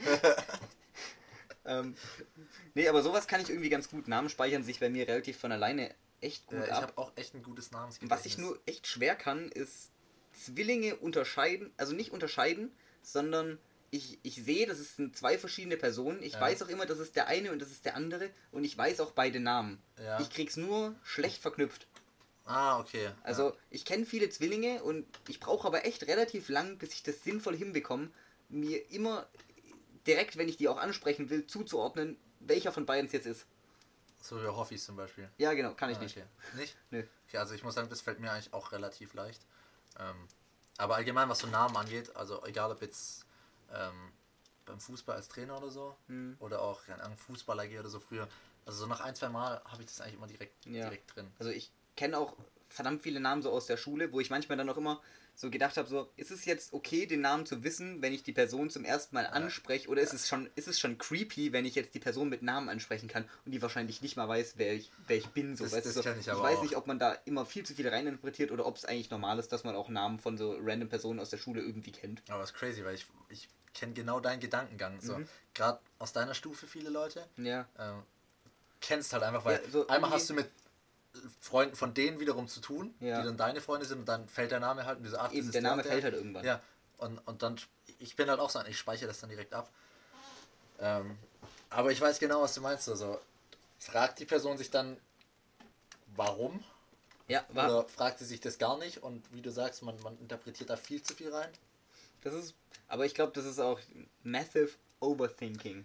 Nee, aber sowas kann ich irgendwie ganz gut. Namen speichern sich bei mir relativ von alleine echt gut ab. Ich habe auch echt ein gutes Namensgedächtnis. Was ich nur echt schwer kann, ist Zwillinge unterscheiden. Also nicht unterscheiden, sondern ich sehe, das sind zwei verschiedene Personen. Ich weiß auch immer, das ist der eine und das ist der andere. Und ich weiß auch beide Namen. Ja. Ich krieg's nur schlecht verknüpft. Okay. Also ich kenne viele Zwillinge und ich brauche aber echt relativ lang, bis ich das sinnvoll hinbekomme, mir immer direkt, wenn ich die auch ansprechen will, zuzuordnen, welcher von beiden es jetzt ist. So wie Hoffis zum Beispiel. Ja, genau, kann ich nicht. Okay. Nicht? Nö. Okay, also ich muss sagen, das fällt mir eigentlich auch relativ leicht. Aber allgemein, was so Namen angeht, also egal ob jetzt beim Fußball als Trainer oder so, oder auch keine Ahnung, Fußball AG oder so früher, also so nach 1-2 Mal habe ich das eigentlich immer direkt drin. Also ich kenne auch verdammt viele Namen so aus der Schule, wo ich manchmal dann auch immer so gedacht habe, so, ist es jetzt okay, den Namen zu wissen, wenn ich die Person zum ersten Mal anspreche, oder ist es schon creepy, wenn ich jetzt die Person mit Namen ansprechen kann und die wahrscheinlich nicht mal weiß, wer ich bin. So, das so, kenn ich aber ich weiß auch. nicht, ob man da immer viel zu viel reininterpretiert oder ob es eigentlich normal ist, dass man auch Namen von so random Personen aus der Schule irgendwie kennt. Aber das ist crazy, weil ich kenne genau deinen Gedankengang. So, gerade aus deiner Stufe viele Leute. Ja. Kennst halt einfach, weil so einmal hast du mit Freunden von denen wiederum zu tun, die Ja. dann deine Freunde sind und dann fällt der Name halt und diese Eben, der Name fällt halt irgendwann. Ja, und dann, ich bin halt auch so, ich speichere das dann direkt ab. Aber ich weiß genau, was du meinst. Also, fragt die Person sich dann, warum? Ja, Oder fragt sie sich das gar nicht und wie du sagst, man interpretiert da viel zu viel rein. Aber ich glaube, das ist auch massive Overthinking.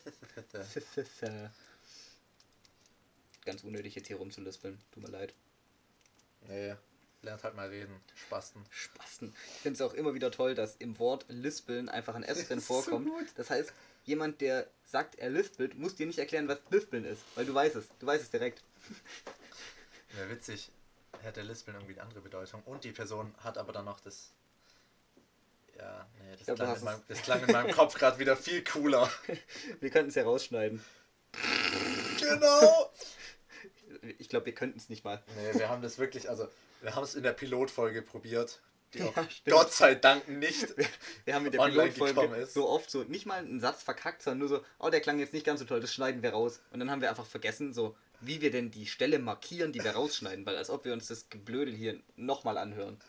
Ganz unnötig jetzt hier rumzulispeln. Tut mir leid. Nee, lernt halt mal reden. Spasten. Ich finde es auch immer wieder toll, dass im Wort lispeln einfach ein S drin vorkommt. So gut. Das heißt, jemand, der sagt, er lispelt, muss dir nicht erklären, was lispeln ist. Weil du weißt es. Du weißt es direkt. Ja, witzig. Hätte Lispeln irgendwie eine andere Bedeutung. Und die Person hat aber dann noch das... Ja, nee, das klang in meinem Kopf gerade wieder viel cooler. Wir könnten es ja rausschneiden. Genau! Ich glaube, wir könnten es nicht mal. Nee, wir haben das wirklich, also wir haben es in der Pilotfolge probiert, die auch stimmt. Gott sei Dank nicht Wir haben in der online Pilotfolge gekommen ist. so oft so nicht mal einen Satz verkackt, sondern nur so, oh, der klang jetzt nicht ganz so toll, das schneiden wir raus. Und dann haben wir einfach vergessen, so, wie wir denn die Stelle markieren, die wir rausschneiden, weil als ob wir uns das Geblödel hier nochmal anhören.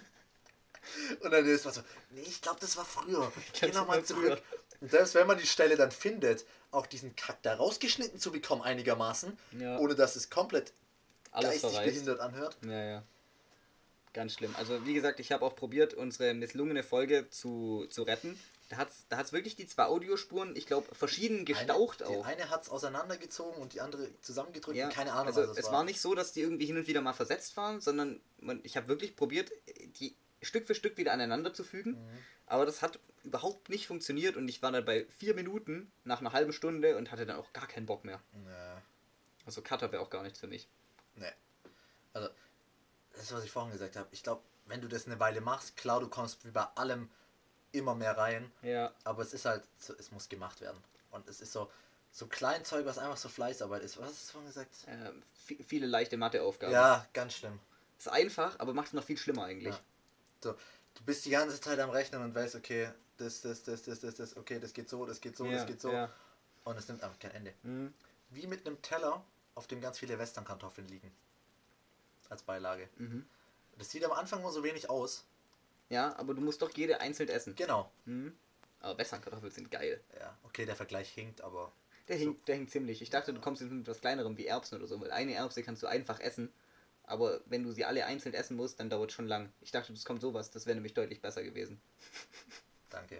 Und dann ist es so, nee, ich glaube, das war früher. Geh nochmal zurück. Früher. Und selbst wenn man die Stelle dann findet, auch diesen Kack da rausgeschnitten zu bekommen einigermaßen, Ja. ohne dass es komplett Alles geistig verreist. behindert anhört. Ja. Ganz schlimm. Also wie gesagt, ich habe auch probiert, unsere misslungene Folge zu retten. Da hat's wirklich die zwei Audiospuren, ich glaube, verschieden gestaucht Die auch. eine hat es auseinandergezogen und die andere zusammengedrückt. Ja, Keine Ahnung, also was es war nicht so, dass die irgendwie hin und wieder mal versetzt waren, sondern ich habe wirklich probiert, die Stück für Stück wieder aneinander zu fügen. Aber das hat überhaupt nicht funktioniert und ich war dann bei 4 Minuten nach einer halben Stunde und hatte dann auch gar keinen Bock mehr. Ja. Also Cutter wäre auch gar nichts für mich. Nee. Also, das ist, was ich vorhin gesagt habe. Ich glaube, wenn du das eine Weile machst, klar, du kommst wie bei allem immer mehr rein. Ja. Aber es ist halt, so, es muss gemacht werden. Und es ist so Kleinzeug, was einfach so Fleißarbeit ist. Was hast du vorhin gesagt? Viele leichte Matheaufgaben. Ja, ganz schlimm. Ist einfach, aber macht es noch viel schlimmer eigentlich. Ja. So, du bist die ganze Zeit am Rechnen und weißt, okay, das, okay, das geht so, das geht so, das geht so. Ja. Und es nimmt einfach kein Ende. Mhm. Wie mit einem Teller, auf dem ganz viele Westernkartoffeln liegen. Als Beilage. Das sieht am Anfang nur so wenig aus. Ja, aber du musst doch jede einzeln essen. Genau. Mhm. Aber Westernkartoffeln sind geil. Ja, okay, der Vergleich hinkt, aber... Der hinkt ziemlich. Ich dachte, du kommst jetzt mit etwas kleinerem wie Erbsen oder so, weil eine Erbse kannst du einfach essen. Aber wenn du sie alle einzeln essen musst, dann dauert es schon lang. Ich dachte, es kommt sowas. Das wäre nämlich deutlich besser gewesen. Danke.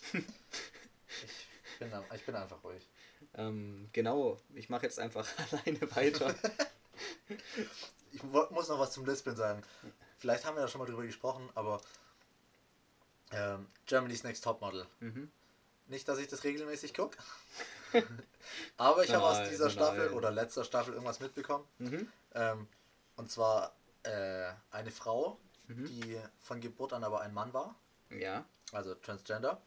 Ich bin einfach ruhig. Genau. Ich mache jetzt einfach alleine weiter. Ich muss noch was zum Lispeln sagen. Vielleicht haben wir ja schon mal drüber gesprochen, aber Germany's Next Topmodel. Nicht, dass ich das regelmäßig gucke. Aber ich habe aus dieser Staffel oder letzter Staffel irgendwas mitbekommen. Und zwar eine Frau, die von Geburt an aber ein Mann war. Ja. Also Transgender.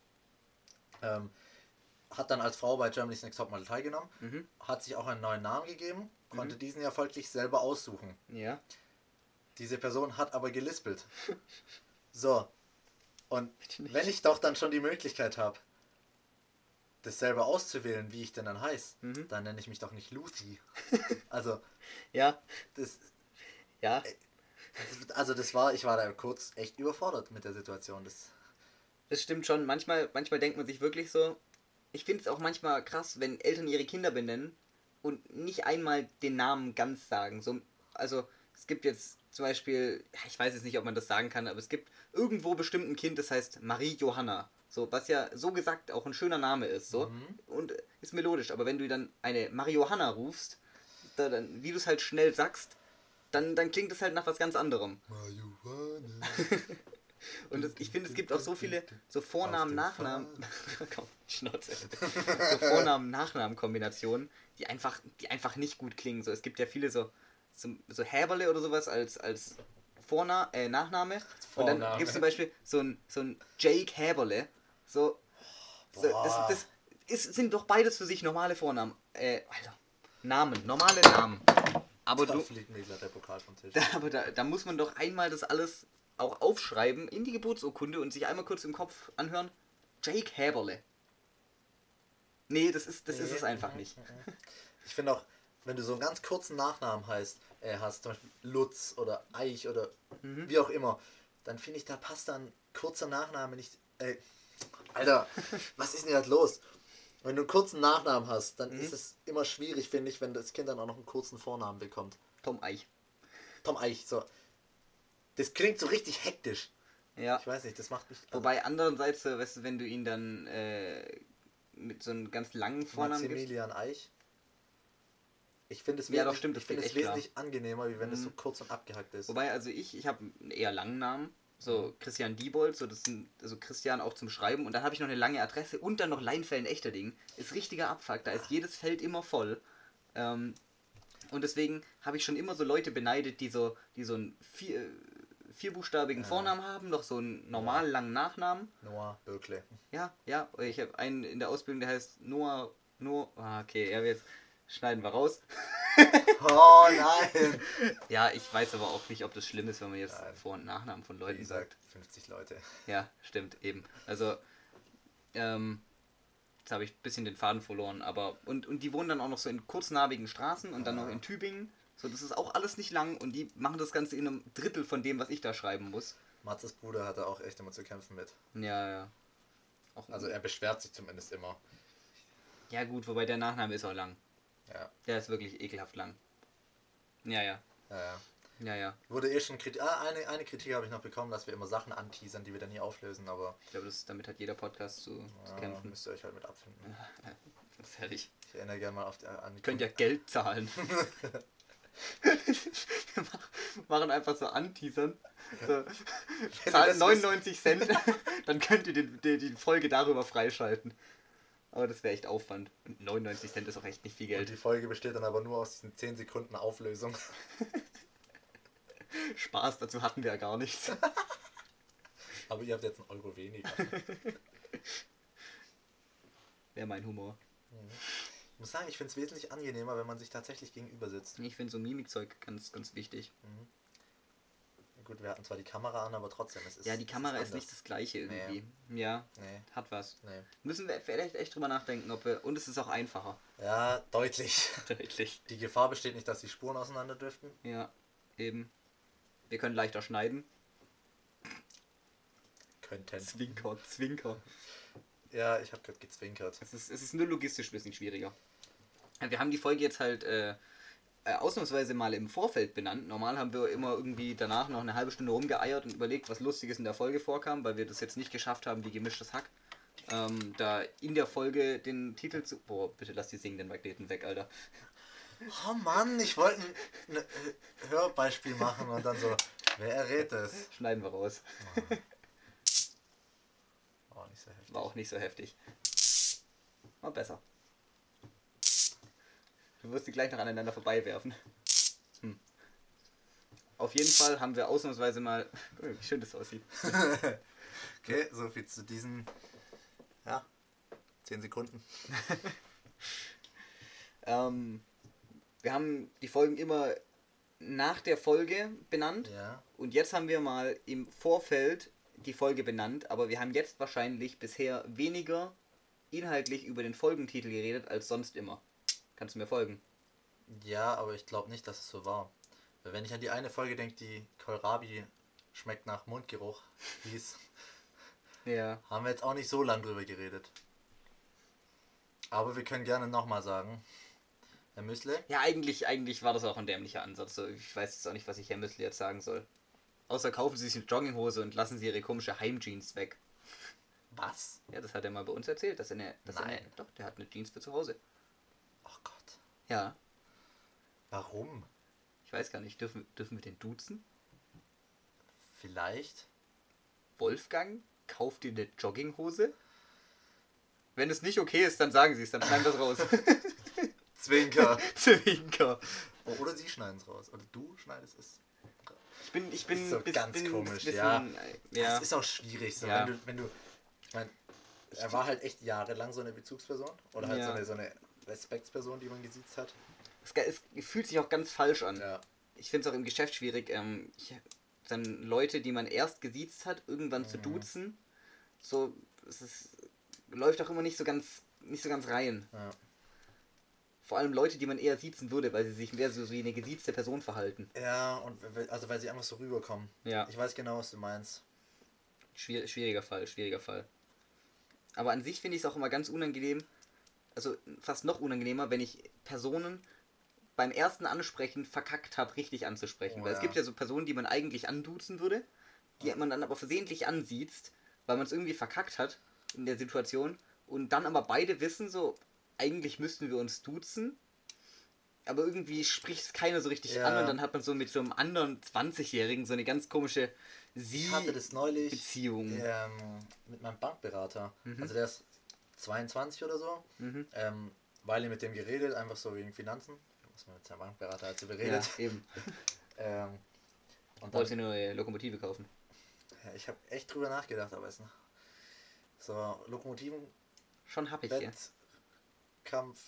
Hat dann als Frau bei Germany's Next Topmodel teilgenommen. Hat sich auch einen neuen Namen gegeben. Konnte diesen ja folglich selber aussuchen. Ja. Diese Person hat aber gelispelt. So. Und wenn ich doch dann schon die Möglichkeit habe, das selber auszuwählen, wie ich denn dann heiße, dann nenne ich mich doch nicht Lucy. Also, ja. Ja. Also ich war da kurz echt überfordert mit der Situation. Das stimmt schon. Manchmal denkt man sich wirklich so, ich finde es auch manchmal krass, wenn Eltern ihre Kinder benennen und nicht einmal den Namen ganz sagen. So, also es gibt jetzt zum Beispiel, ich weiß jetzt nicht, ob man das sagen kann, aber es gibt irgendwo bestimmt ein Kind, das heißt Marie Johanna. So, was ja so gesagt auch ein schöner Name ist. So, und ist melodisch. Aber wenn du dann eine Marie Johanna rufst, dann, wie du es halt schnell sagst, dann klingt es halt nach was ganz anderem. Und ich finde, es gibt auch so viele so Vornamen, Nachnamen. Komm, Schnauze. So Vornamen, Nachnamen-Kombinationen, die einfach nicht gut klingen. So, es gibt ja viele so Häberle oder sowas als Nachname. Und dann gibt es zum Beispiel so ein Jake Häberle. Sind doch beides für sich normale Vornamen. Alter. Normale Namen. Aber da fliegt mir der Pokal vom Tisch. Aber da muss man doch einmal das alles auch aufschreiben in die Geburtsurkunde und sich einmal kurz im Kopf anhören. Jake Häberle. Nee, das ist es einfach nicht. Ich finde auch, wenn du so einen ganz kurzen Nachnamen hast, zum Beispiel Lutz oder Eich oder wie auch immer, dann finde ich, da passt dann kurzer Nachname nicht. Alter, was ist denn jetzt los? Wenn du einen kurzen Nachnamen hast, dann ist es immer schwierig, finde ich, wenn das Kind dann auch noch einen kurzen Vornamen bekommt. Tom Eich. Tom Eich, so. Das klingt so richtig hektisch. Ja. Ich weiß nicht, das macht mich... Wobei andererseits, weißt du, wenn du ihn dann mit so einem ganz langen Vornamen Maximilian Eich. Ich finde es wesentlich angenehmer, wie wenn es so kurz und abgehackt ist. Wobei, also ich habe einen eher langen Namen. So Christian Diebold, so das sind also Christian auch zum Schreiben und dann habe ich noch eine lange Adresse und dann noch Leinfelden-Echterding. Ist richtiger Abfuck, da ist jedes Feld immer voll. Und deswegen habe ich schon immer so Leute beneidet, die so einen vierbuchstabigen Vornamen haben, noch so einen normal langen Nachnamen. Noah Böckle. Ja, ich habe einen in der Ausbildung, der heißt Noah. Okay, jetzt schneiden wir raus. Oh nein! Ja, ich weiß aber auch nicht, ob das schlimm ist, wenn man jetzt Vor- und Nachnamen von Leuten sagt. 50 Leute. Ja, stimmt, eben. Also, jetzt habe ich ein bisschen den Faden verloren, aber und die wohnen dann auch noch so in kurznarbigen Straßen und dann noch in Tübingen. So, das ist auch alles nicht lang und die machen das Ganze in einem Drittel von dem, was ich da schreiben muss. Matzes Bruder hatte auch echt immer zu kämpfen mit. Ja. Also er beschwert sich zumindest immer. Ja gut, wobei der Nachname ist auch lang. Ja. Der ist wirklich ekelhaft lang. Ja. Wurde schon eine Kritik habe ich noch bekommen, dass wir immer Sachen anteasern, die wir dann nie auflösen, aber... Ich glaube, damit hat jeder Podcast zu kämpfen. Müsst ihr euch halt mit abfinden. Fertig. Ich erinnere gerne mal an die... Könnt ja Geld zahlen. Wir machen einfach so Anteasern. So, zahlt 99 Cent, dann könnt ihr die Folge darüber freischalten. Aber das wäre echt Aufwand. Und 99 Cent ist auch echt nicht viel Geld. Und die Folge besteht dann aber nur aus diesen 10 Sekunden Auflösung. Spaß, dazu hatten wir ja gar nichts. Aber ihr habt jetzt einen Euro weniger. Wäre mein Humor. Ich muss sagen, ich finde es wesentlich angenehmer, wenn man sich tatsächlich gegenüber sitzt. Ich finde so Mimikzeug ganz, ganz wichtig. Gut, wir hatten zwar die Kamera an, aber trotzdem, es ist... Ja, die Kamera ist nicht das gleiche irgendwie. Nee. Ja, hat was. Nee. Müssen wir vielleicht echt drüber nachdenken, und es ist auch einfacher. Ja, deutlich. Deutlich. Die Gefahr besteht nicht, dass die Spuren auseinander driften. Ja, eben. Wir können leichter schneiden. Könnten. Zwinker. Ja, ich habe gerade gezwinkert. Es ist nur logistisch ein bisschen schwieriger. Wir haben die Folge jetzt halt ausnahmsweise mal im Vorfeld benannt. Normal haben wir immer irgendwie danach noch eine halbe Stunde rumgeeiert und überlegt, was Lustiges in der Folge vorkam, weil wir das jetzt nicht geschafft haben, wie gemischtes Hack. Da in der Folge den Titel zu... Boah, bitte lass die singenden Magneten weg, Alter. Oh Mann, ich wollte ein Hörbeispiel machen und dann so, wer errät es? Schneiden wir raus. Oh, nicht so heftig. War auch nicht so heftig. War besser. Du wirst die gleich noch aneinander vorbei werfen. Auf jeden Fall haben wir ausnahmsweise mal... Guck mal, wie schön das aussieht. Okay, so viel zu diesen... Ja, 10 Sekunden. Wir haben die Folgen immer nach der Folge benannt. Ja. Und jetzt haben wir mal im Vorfeld die Folge benannt. Aber wir haben jetzt wahrscheinlich bisher weniger inhaltlich über den Folgentitel geredet als sonst immer. Kannst du mir folgen? Ja, aber ich glaube nicht, dass es so war. Weil wenn ich an die eine Folge denke, die Kohlrabi schmeckt nach Mundgeruch hieß, Ja. haben wir jetzt auch nicht so lange drüber geredet. Aber wir können gerne nochmal sagen, Herr Müsle. Ja, eigentlich war das auch ein dämlicher Ansatz. So, ich weiß jetzt auch nicht, was ich Herr Müsli jetzt sagen soll. Außer kaufen Sie sich eine Jogginghose und lassen Sie Ihre komische Heimjeans weg. Was? Ja, das hat er mal bei uns erzählt. Nein. Doch, der hat eine Jeans für zu Hause. Oh Gott. Ja. Warum? Ich weiß gar nicht, dürfen wir den duzen? Vielleicht? Wolfgang, kauft dir eine Jogginghose? Wenn es nicht okay ist, dann sagen Sie es, dann schneiden wir es raus. Zwinker. Zwinker. Oh, oder Sie schneiden es raus. Oder du schneidest es. Ich bin ist so ganz komisch, ja. Das ist auch schwierig, so, Ja. wenn du, ich meine, er war halt echt jahrelang so eine Bezugsperson oder halt Ja. so eine Respektsperson, die man gesiezt hat. Es fühlt sich auch ganz falsch an. Ja. Ich finde es auch im Geschäft schwierig, dann Leute, die man erst gesiezt hat, irgendwann zu duzen. So, läuft auch immer nicht so ganz rein. Ja. Vor allem Leute, die man eher siezen würde, weil sie sich mehr so wie eine gesiezte Person verhalten. Ja, und also weil sie einfach so rüberkommen. Ja. Ich weiß genau, was du meinst. Schwieriger Fall. Aber an sich finde ich es auch immer ganz unangenehm, also fast noch unangenehmer, wenn ich Personen beim ersten Ansprechen verkackt habe, richtig anzusprechen. Oh, Weil es ja. gibt ja so Personen, die man eigentlich anduzen würde, die man dann aber versehentlich ansieht, weil man es irgendwie verkackt hat in der Situation und dann aber beide wissen so, eigentlich müssten wir uns duzen, aber irgendwie spricht es keiner so richtig an und dann hat man so mit so einem anderen 20-Jährigen so eine ganz komische Ich hatte das neulich Beziehung. Mit meinem Bankberater. Also der ist 22 oder so. Weil ich mit dem geredet, einfach so wegen Finanzen. Was man mit seinem Bankberater halt so beredet. Ja, eben. Und Wollte dann, eine neue Lokomotive kaufen. ja, ich habe echt drüber nachgedacht, aber es noch. So, Lokomotiven, Schon hab ich hier. Wettkampf,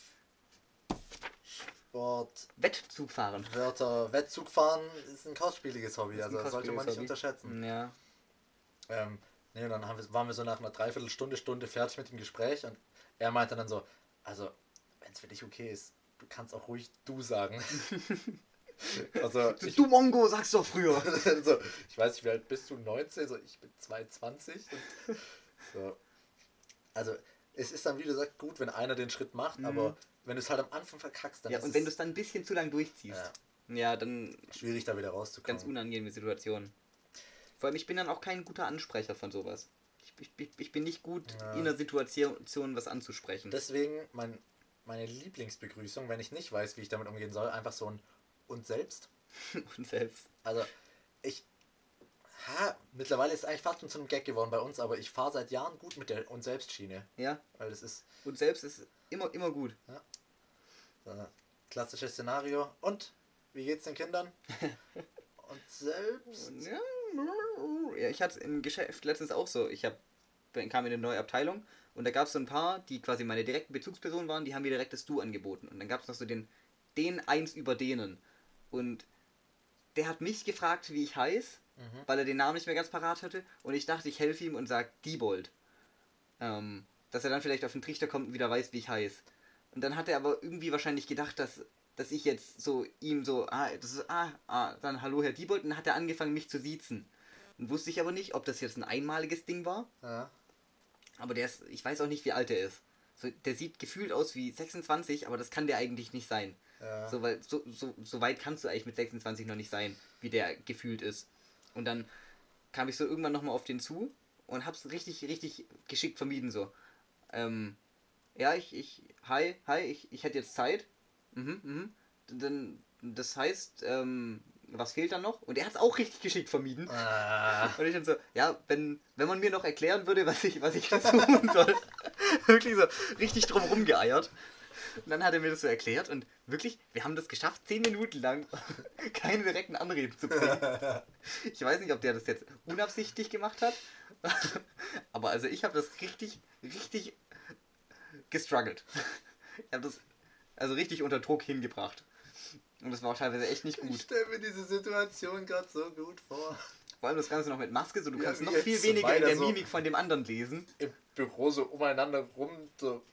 Sport, Wettzug fahren. Wörter, Wettzug fahren ist ein kostspieliges Hobby, Ist ein also sollte man kostspieliges nicht unterschätzen. Ja. Nee, und dann waren wir so nach einer Dreiviertelstunde fertig mit dem Gespräch und er meinte dann so, also, wenn es für dich okay ist, du kannst auch ruhig du sagen. Also, Du Mongo, sagst doch früher. so, ich weiß nicht, wie alt bist du? 19? So, ich bin 22. So. Also, es ist dann, wie du sagst, gut, wenn einer den Schritt macht, aber wenn du es halt am Anfang verkackst, dann Ja, ist und wenn du es dann ein bisschen zu lang durchziehst. Ja, dann schwierig, da wieder rauszukommen. ganz unangenehme Situation. Vor allem, ich bin dann auch kein guter Ansprecher von sowas. Ich bin nicht gut in der Situation was anzusprechen. Deswegen meine Lieblingsbegrüßung, wenn ich nicht weiß, wie ich damit umgehen soll, einfach so ein und selbst. Und selbst. Also, mittlerweile ist es eigentlich fast schon zu einem Gag geworden bei uns, aber ich fahre seit Jahren gut mit der und selbst Schiene. Ja. Weil das ist Und selbst ist immer gut. so ein klassisches Szenario. Und wie geht's den Kindern? Und selbst. Ja, ich hatte es im Geschäft letztens auch so. Kam in eine neue Abteilung und da gab es so ein paar, die quasi meine direkten Bezugspersonen waren, die haben mir direkt das Du angeboten. Und dann gab es noch so den eins über denen. Und der hat mich gefragt, wie ich heiße, weil er den Namen nicht mehr ganz parat hatte. Und ich dachte, ich helfe ihm und sage Diebold. Dass er dann vielleicht auf den Trichter kommt und wieder weiß, wie ich heiße. Und dann hat er aber irgendwie wahrscheinlich gedacht, dass ich jetzt so ihm so, dann hallo Herr Diebold. Und dann hat er angefangen, mich zu siezen. Und wusste ich aber nicht, ob das jetzt ein einmaliges Ding war. Ja. Aber der ist, ich weiß auch nicht, wie alt er ist. So, der sieht gefühlt aus wie 26, aber das kann der eigentlich nicht sein. Ja. So, weil so weit kannst du eigentlich mit 26 noch nicht sein, wie der gefühlt ist. Und dann kam ich so irgendwann nochmal auf den zu und hab's richtig, richtig geschickt vermieden so. Ja, hi, ich hätte jetzt Zeit. Dann, das heißt, was fehlt dann noch? Und er hat es auch richtig geschickt vermieden. Und ich dann so, ja, wenn man mir noch erklären würde, was ich jetzt tun soll. Wirklich so richtig drum rumgeeiert. Und dann hat er mir das so erklärt und wirklich, wir haben das geschafft, 10 Minuten lang keine direkten Anreden zu bringen. Ich weiß nicht, ob der das jetzt unabsichtlich gemacht hat, aber also ich habe das richtig, richtig gestruggelt. Ich habe das also richtig unter Druck hingebracht. Und das war auch teilweise echt nicht gut. Ich stelle mir diese Situation gerade so gut vor. Vor allem das Ganze noch mit Maske, so du kannst wie noch jetzt viel so weniger in der so Mimik von dem anderen lesen. Im Büro so umeinander rum, so.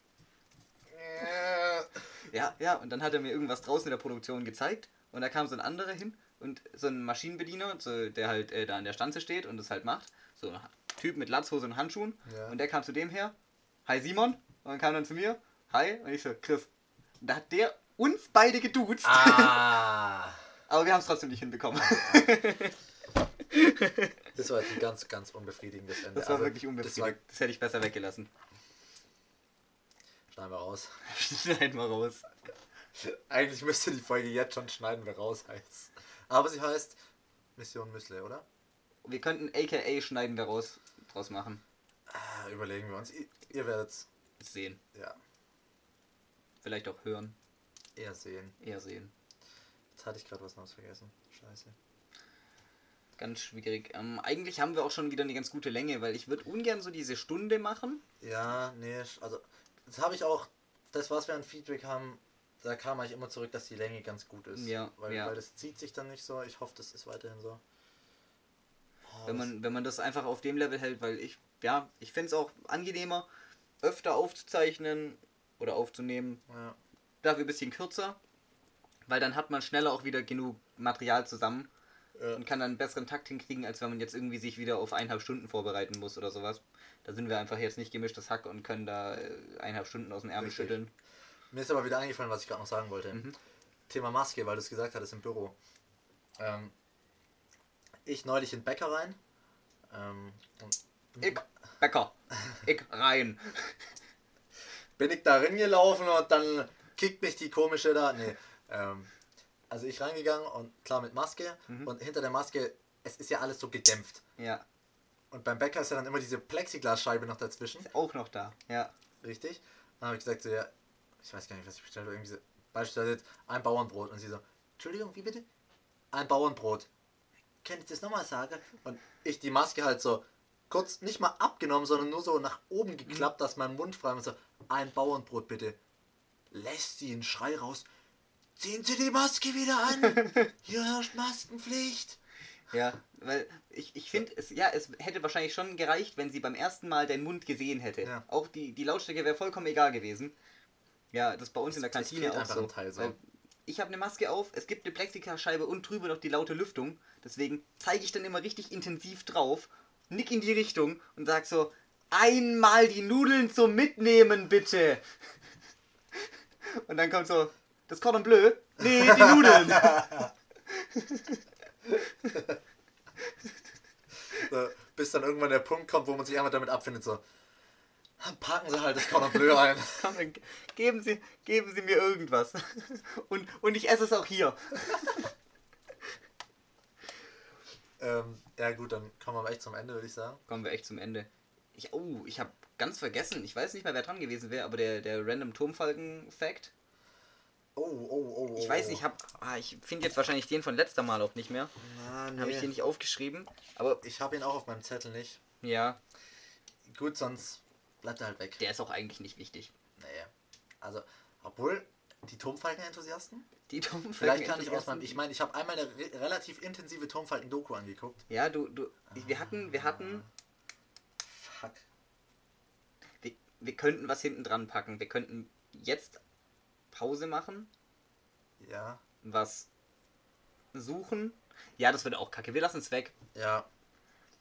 Ja, und dann hat er mir irgendwas draußen in der Produktion gezeigt und da kam so ein anderer hin und so ein Maschinenbediener, so, der halt da an der Stanze steht und das halt macht. So ein Typ mit Latzhose und Handschuhen. Ja. Und der kam zu dem her. Hi Simon. Und dann kam dann zu mir. Hi. Und ich so, Chris. Und da hat der uns beide geduzt. Aber wir haben es trotzdem nicht hinbekommen. Das war jetzt ein ganz, ganz unbefriedigendes Ende. Das war wirklich unbefriedigend. Das hätte ich besser weggelassen. Schneiden wir raus. Schneiden wir raus. Eigentlich müsste die Folge jetzt schon schneiden wir raus heißen. Aber sie heißt Mission Müsli, oder? Wir könnten AKA schneiden wir raus draus machen. Überlegen wir uns. Ihr werdet es sehen. Ja. Vielleicht auch hören. Eher sehen. Jetzt hatte ich gerade was Neues vergessen. Scheiße. Ganz schwierig. Eigentlich haben wir auch schon wieder eine ganz gute Länge, weil ich würde ungern so diese Stunde machen. Ja, nee, also das habe ich auch, das was wir an Feedback haben, da kam eigentlich immer zurück, dass die Länge ganz gut ist. Ja, weil das zieht sich dann nicht so. Ich hoffe, das ist weiterhin so. Wenn man das einfach auf dem Level hält, weil ich finde es auch angenehmer, öfter aufzuzeichnen oder aufzunehmen. Ja. Dafür ein bisschen kürzer, weil dann hat man schneller auch wieder genug Material zusammen und kann dann einen besseren Takt hinkriegen, als wenn man jetzt irgendwie sich wieder auf 1,5 Stunden vorbereiten muss oder sowas. Da sind wir einfach jetzt nicht gemischtes Hack und können da 1,5 Stunden aus dem Ärmel schütteln. Mir ist aber wieder eingefallen, was ich gerade noch sagen wollte. Thema Maske, weil du es gesagt hattest im Büro. Ich neulich in den Bäcker rein. Ich rein. Bin ich da reingelaufen und dann kickt mich die komische da. Nee. Also ich reingegangen und klar mit Maske und hinter der Maske, es ist ja alles so gedämpft. Ja. Und beim Bäcker ist ja dann immer diese Plexiglasscheibe noch dazwischen. Ist auch noch da, ja. Richtig. Dann habe ich gesagt so, ja, ich weiß gar nicht, was ich bestellt habe. Irgendwie so, beispielsweise jetzt ein Bauernbrot. Und sie so, Entschuldigung, wie bitte? Ein Bauernbrot. Kann ich das nochmal sagen? Und ich die Maske halt so kurz nicht mal abgenommen, sondern nur so nach oben geklappt, dass mein Mund frei war. Und so, ein Bauernbrot bitte. Lässt sie einen Schrei raus. Ziehen Sie die Maske wieder an. Hier herrscht Maskenpflicht. Ja, weil ich finde, es hätte wahrscheinlich schon gereicht, wenn sie beim ersten Mal deinen Mund gesehen hätte. Ja. Auch die Lautstärke wäre vollkommen egal gewesen. Ja, das ist bei uns in der Kantine auch so. Weil ich habe eine Maske auf, es gibt eine Plexiglasscheibe und drüber noch die laute Lüftung. Deswegen zeige ich dann immer richtig intensiv drauf, nick in die Richtung und sag so, einmal die Nudeln zum Mitnehmen, bitte. Und dann kommt so, das Cordon Bleu? Nee, die Nudeln. So, bis dann irgendwann der Punkt kommt, wo man sich einfach damit abfindet, so, packen Sie halt das Cordon Bleu ein. Komm, dann geben Sie mir irgendwas. Und ich esse es auch hier. Ja gut, dann kommen wir echt zum Ende, würde ich sagen. Kommen wir echt zum Ende. Ich habe ganz vergessen, ich weiß nicht mehr, wer dran gewesen wäre, aber der Random Turmfalken-Fact. Ich weiß nicht, ich finde jetzt wahrscheinlich den von letzter Mal auch nicht mehr. Nee. Habe ich den nicht aufgeschrieben. Aber ich habe ihn auch auf meinem Zettel nicht. Ja. Gut, sonst bleibt er halt weg. Der ist auch eigentlich nicht wichtig. Naja. Also, obwohl, die Turmfalken-Enthusiasten? Die Turmfalken-Enthusiasten? Vielleicht kann ich ausmachen. Ich meine, ich habe einmal eine relativ intensive Turmfalken-Doku angeguckt. Ja, wir hatten... Fuck. Wir könnten was hinten dran packen. Wir könnten jetzt Pause machen. Ja. Was suchen. Ja, das wird auch kacke. Wir lassen es weg. Ja.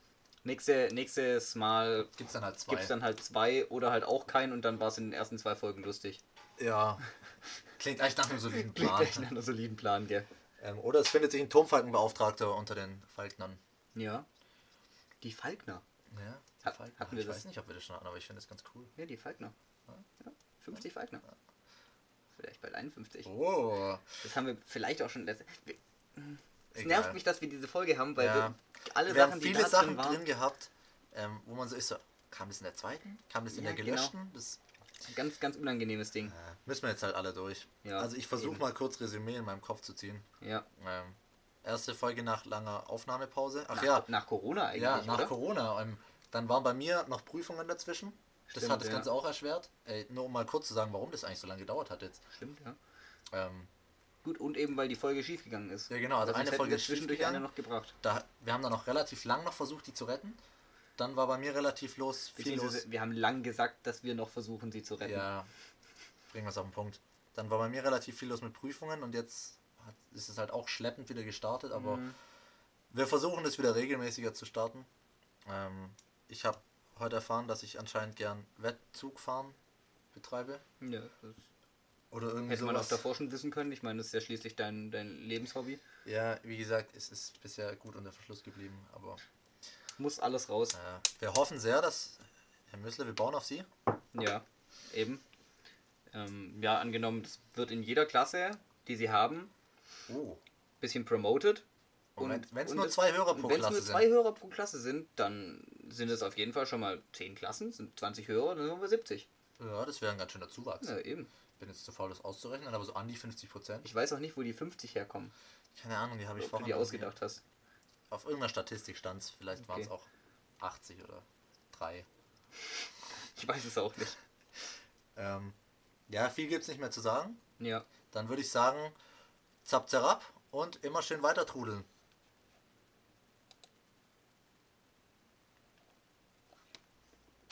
Nächstes Mal Gibt's dann halt 2. gibt's dann halt 2 oder halt auch keinen und dann war es in den ersten 2 Folgen lustig. Ja. Klingt eigentlich nach einem soliden Klingt Plan. echt nach einem soliden Plan, gell? Oder es findet sich ein Turmfalkenbeauftragter unter den Falknern. Ja. Die Falkner. Ja, Hatten wir ich das? weiß nicht, ob wir das schon hatten, aber ich finde das ganz cool. Ja, die Falkner. Ja, 50 Falkner. Vielleicht bald 51. Oh. Das haben wir vielleicht auch schon... Es Egal. nervt mich, dass wir diese Folge haben, weil Ja. alle Wir Sachen, haben die viele da Sachen drin waren... drin gehabt, wo man so ist, so, kam das in der zweiten? Kam das in Ja, der gelöschten? Das Ganz, ganz unangenehmes Ding. müssen wir jetzt halt alle durch. Ja, also ich versuche eben. mal kurz Resümee in meinem Kopf zu ziehen. Ja. Erste Folge nach langer Aufnahmepause. Nach Corona eigentlich, Ja, nach oder? Corona. Dann waren bei mir noch Prüfungen dazwischen. Das Stimmt, hat das ja. Ganze auch erschwert. Nur um mal kurz zu sagen, warum das eigentlich so lange gedauert hat jetzt. Stimmt, ja. Ähm, Gut, und eben, weil die Folge schief gegangen ist. Ja, genau, also Sonst eine hätten Folge wir ist zwischendurch schiefgegangen. eine noch gebracht. wir haben dann noch relativ lang noch versucht, die zu retten. Dann war bei mir relativ viel los. Wir haben lang gesagt, dass wir noch versuchen, sie zu retten. Ja, bringen wir es auf den Punkt. Dann war bei mir relativ viel los mit Prüfungen und jetzt ist es halt auch schleppend wieder gestartet, aber wir versuchen es wieder regelmäßiger zu starten. Ich habe heute erfahren, dass ich anscheinend gern Wettzugfahren betreibe. Ja, das Oder irgendwie hätte man auch sowas. davor schon wissen können. Ich meine, das ist ja schließlich dein Lebenshobby. Ja, wie gesagt, es ist bisher gut unter Verschluss geblieben, aber Muss alles raus. wir hoffen sehr, dass Herr Müssler, wir bauen auf Sie. Ja, eben. Ja, angenommen, das wird in jeder Klasse, die sie haben, bisschen promoted. Wenn es nur 2 Hörer pro Wenn es Klasse nur sind. 2 Hörer pro Klasse sind, dann sind es auf jeden Fall schon mal 10 Klassen, sind 20 Hörer, dann sind wir 70. Ja, das wäre ein ganz schöner Zuwachs. Ja, eben. Bin jetzt zu faul, das auszurechnen, aber so an die 50%. Ich weiß auch nicht, wo die 50 herkommen. Keine Ahnung, die habe ich Ob du vorhin die ausgedacht hast. Auf irgendeiner Statistik stand es, vielleicht Okay. waren es auch 80 oder 3. Ich weiß es auch nicht. Ja, viel gibt es nicht mehr zu sagen. Ja. Dann würde ich sagen, zap zerab und immer schön weiter trudeln.